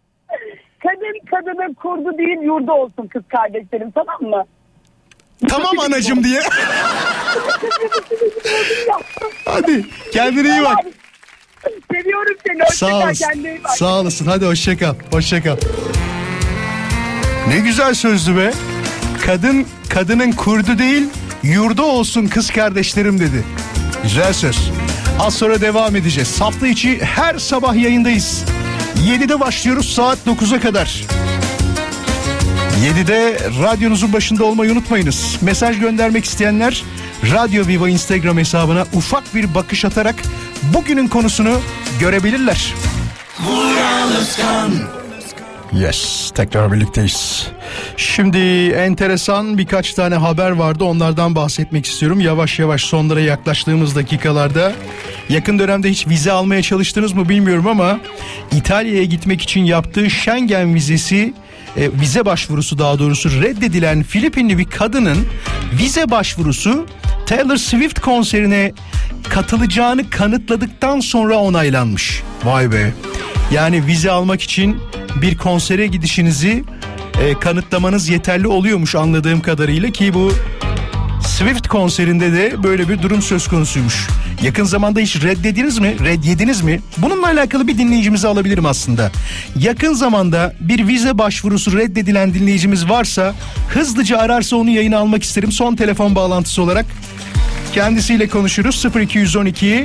Kadının kurdu değil yurdu olsun kız kardeşlerim tamam mı? Tamam anacım diye. Hadi kendine iyi bak. Seviyorum seni. Sağ olasın. Sağ olasın. Hadi hoşça kal. Hoşça kal. Ne güzel sözdü be. Kadının kurdu değil yurdu olsun kız kardeşlerim dedi. Güzel söz. Az sonra devam edeceğiz. Hafta içi her sabah yayındayız. 7'de başlıyoruz saat 9'a kadar. 7'de radyonuzun başında olmayı unutmayınız. Mesaj göndermek isteyenler Radyo Viva Instagram hesabına ufak bir bakış atarak bugünün konusunu görebilirler. Yes, tekrar birlikteyiz. Şimdi enteresan birkaç tane haber vardı. Onlardan bahsetmek istiyorum. Yavaş yavaş sonlara yaklaştığımız dakikalarda. Yakın dönemde hiç vize almaya çalıştınız mı bilmiyorum ama İtalya'ya gitmek için yaptığı Schengen vizesi vize başvurusu daha doğrusu reddedilen Filipinli bir kadının vize başvurusu Taylor Swift konserine katılacağını kanıtladıktan sonra onaylanmış. Vay be. Yani vize almak için bir konsere gidişinizi kanıtlamanız yeterli oluyormuş anladığım kadarıyla ki bu Swift konserinde de böyle bir durum söz konusuymuş. Yakın zamanda hiç reddediniz mi? Reddediniz mi? Bununla alakalı bir dinleyicimizi alabilirim aslında. Yakın zamanda bir vize başvurusu reddedilen dinleyicimiz varsa hızlıca ararsa onu yayına almak isterim. Son telefon bağlantısı olarak kendisiyle konuşuruz. 0212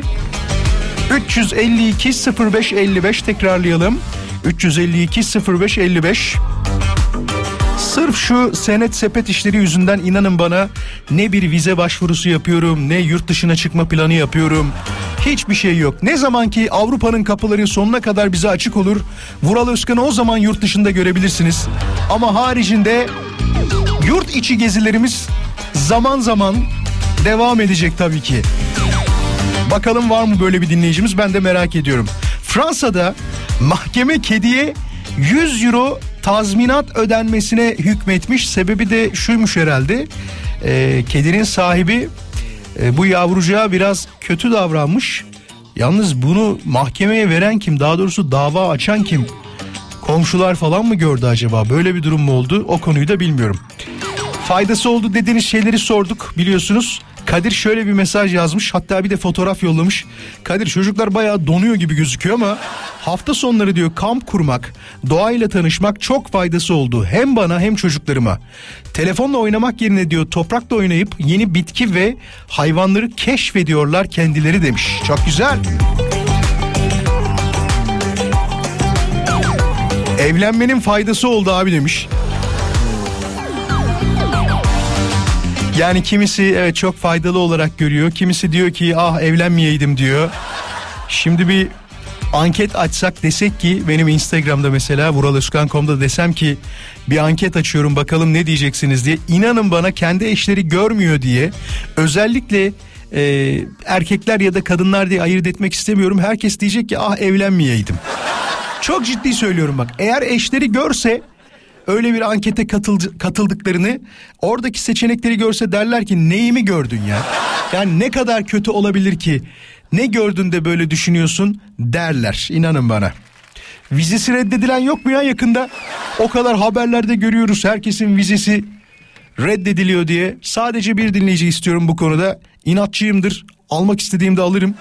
352 0555 tekrarlayalım. 352 0555. Sırf şu senet sepet işleri yüzünden inanın bana ne bir vize başvurusu yapıyorum, ne yurt dışına çıkma planı yapıyorum. Hiçbir şey yok. Ne zaman ki Avrupa'nın kapıları sonuna kadar bize açık olur, Vural Özkan'ı o zaman yurt dışında görebilirsiniz. Ama haricinde yurt içi gezilerimiz zaman zaman devam edecek tabii ki. Bakalım var mı böyle bir dinleyicimiz, ben de merak ediyorum. Fransa'da mahkeme kediye 100 euro tazminat ödenmesine hükmetmiş. Sebebi de şuymuş herhalde. Kedinin sahibi bu yavrucağa biraz kötü davranmış. Yalnız bunu mahkemeye veren kim? Daha doğrusu dava açan kim? Komşular falan mı gördü acaba? Böyle bir durum mu oldu? O konuyu da bilmiyorum. Faydası oldu dediğiniz şeyleri sorduk biliyorsunuz. Kadir şöyle bir mesaj yazmış, hatta bir de fotoğraf yollamış. Kadir, çocuklar bayağı donuyor gibi gözüküyor ama hafta sonları diyor kamp kurmak, doğayla tanışmak çok faydası oldu. Hem bana hem çocuklarıma. Telefonla oynamak yerine diyor toprakla oynayıp yeni bitki ve hayvanları keşfediyorlar kendileri demiş. Çok güzel. Evlenmenin faydası oldu abi demiş. Yani kimisi evet çok faydalı olarak görüyor. Kimisi diyor ki ah evlenmeyeydim diyor. Şimdi bir anket açsak, desek ki benim Instagram'da mesela vuraloskan.com'da desem ki bir anket açıyorum bakalım ne diyeceksiniz diye. İnanın bana kendi eşleri görmüyor diye, özellikle erkekler ya da kadınlar diye ayırt etmek istemiyorum. Herkes diyecek ki ah evlenmeyeydim. Çok ciddi söylüyorum bak, eğer eşleri görse, öyle bir ankete katıldıklarını, oradaki seçenekleri görse derler ki neyimi gördün ya? Yani ne kadar kötü olabilir ki? Ne gördün de böyle düşünüyorsun derler, inanın bana. Vizesi reddedilen yok mu ya yakında? O kadar haberlerde görüyoruz, herkesin vizesi reddediliyor diye. Sadece bir dinleyici istiyorum bu konuda. İnatçıyımdır, almak istediğimde alırım.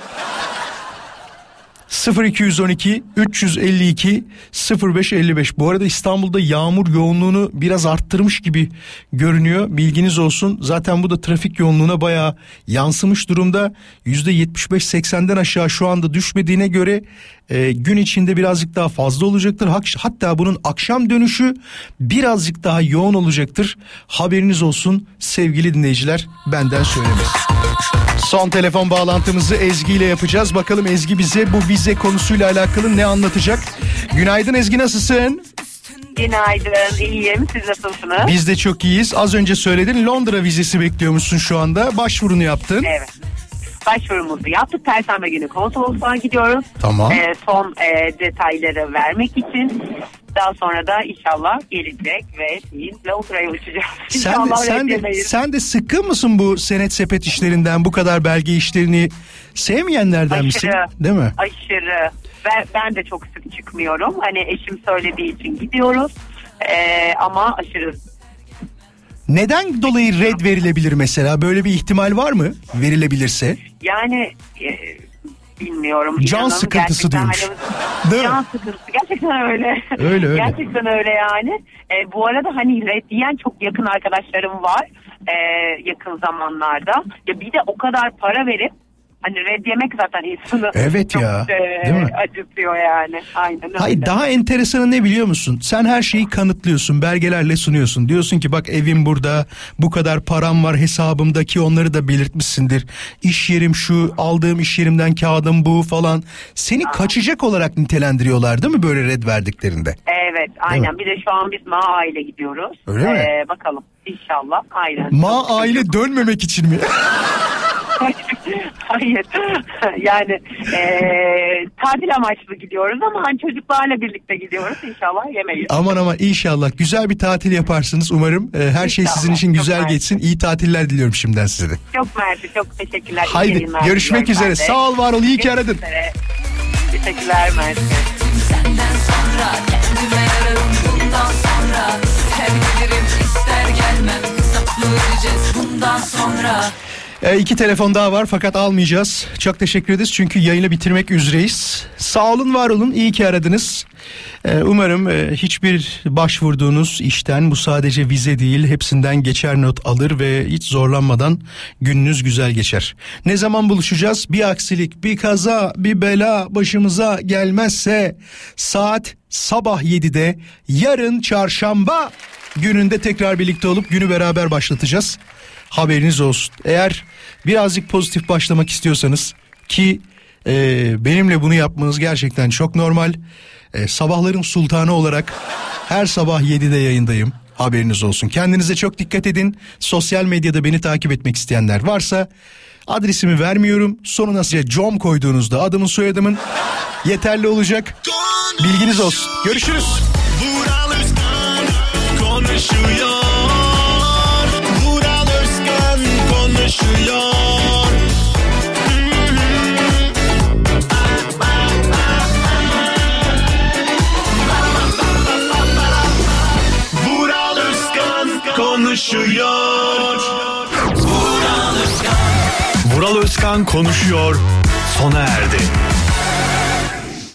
0212 352 0555. Bu arada İstanbul'da yağmur yoğunluğunu biraz arttırmış gibi görünüyor. Bilginiz olsun. Zaten bu da trafik yoğunluğuna bayağı yansımış durumda. %75-80'den aşağı şu anda düşmediğine göre gün içinde birazcık daha fazla olacaktır. Hatta bunun akşam dönüşü birazcık daha yoğun olacaktır. Haberiniz olsun sevgili dinleyiciler, benden söylemesi. Son telefon bağlantımızı Ezgi ile yapacağız. Bakalım Ezgi bize bu vize konusuyla alakalı ne anlatacak? Günaydın Ezgi, nasılsın? Günaydın, iyiyim. Siz nasılsınız? Biz de çok iyiyiz. Az önce söyledin, Londra vizesi bekliyormuşsun şu anda. Başvurunu yaptın. Evet. Başvurumuzu yaptık. Perşembe günü konsolosluğa gidiyoruz. Tamam. Son detayları vermek için. Daha sonra da inşallah gelecek ve Londra'ya uçacağız. Sen de sıkkın mısın bu senet sepet işlerinden, bu kadar belge işlerini sevmeyenlerden misin? Değil mi? Aşırı. Ben de çok sık çıkmıyorum. Hani eşim söylediği için gidiyoruz. Ama aşırı. Neden dolayı red verilebilir mesela? Böyle bir ihtimal var mı? Verilebilirse? Yani bilmiyorum. Can sıkıntısı diyormuş. Can sıkıntısı. Gerçekten öyle. Öyle. Gerçekten öyle yani. Bu arada hani red diyen çok yakın arkadaşlarım var. Yakın zamanlarda. Ya bir de o kadar para verip hani red yemek zaten insanı evet çok ya, değil mi? acıtıyor yani. Aynen öyle. Hayır, daha enteresanı ne biliyor musun? Sen her şeyi kanıtlıyorsun, belgelerle sunuyorsun. Diyorsun ki bak evim burada, bu kadar param var hesabımdaki, onları da belirtmişsindir. İş yerim şu, aldığım iş yerimden kağıdım bu falan. Seni kaçacak olarak nitelendiriyorlar değil mi böyle red verdiklerinde? Evet, aynen. Bir de şu an biz aile gidiyoruz. Öyle mi? Bakalım inşallah, aynen. Aile dönmemek için mi? Hayır. Yani tatil amaçlı gidiyoruz ama hani çocuklarla birlikte gidiyoruz. İnşallah yemeyiz. Aman inşallah güzel bir tatil yaparsınız umarım. Her inşallah, şey sizin için güzel mersi geçsin. İyi tatiller diliyorum şimdiden size de. Çok mersi, çok teşekkürler. Haydi görüşmek üzere. Sağ ol, var ol. İyi ki aradın. Teşekkürler, mersi. Senden sonra kendime yararım bundan sonra. İster gelirim ister gelmem. Hesaplı vereceğiz bundan sonra. 2 telefon daha var fakat almayacağız. Çok teşekkür ederiz çünkü yayını bitirmek üzereyiz. Sağ olun, var olun, iyi ki aradınız. Umarım hiçbir başvurduğunuz işten, bu sadece vize değil, hepsinden geçer not alır ve hiç zorlanmadan gününüz güzel geçer. Ne zaman buluşacağız? Bir aksilik, bir kaza, bir bela başımıza gelmezse saat sabah 7'de yarın çarşamba gününde tekrar birlikte olup günü beraber başlatacağız. Haberiniz olsun. Eğer birazcık pozitif başlamak istiyorsanız ki benimle bunu yapmanız gerçekten çok normal. Sabahların sultanı olarak her sabah 7'de yayındayım. Haberiniz olsun. Kendinize çok dikkat edin. Sosyal medyada beni takip etmek isteyenler varsa adresimi vermiyorum. Sonuna com koyduğunuzda adımın soyadımın yeterli olacak. Bilginiz olsun. Görüşürüz. Vural Özkan konuşuyor. Vural Özkan konuşuyor. Vural Özkan konuşuyor. Vural Özkan konuşuyor sona erdi.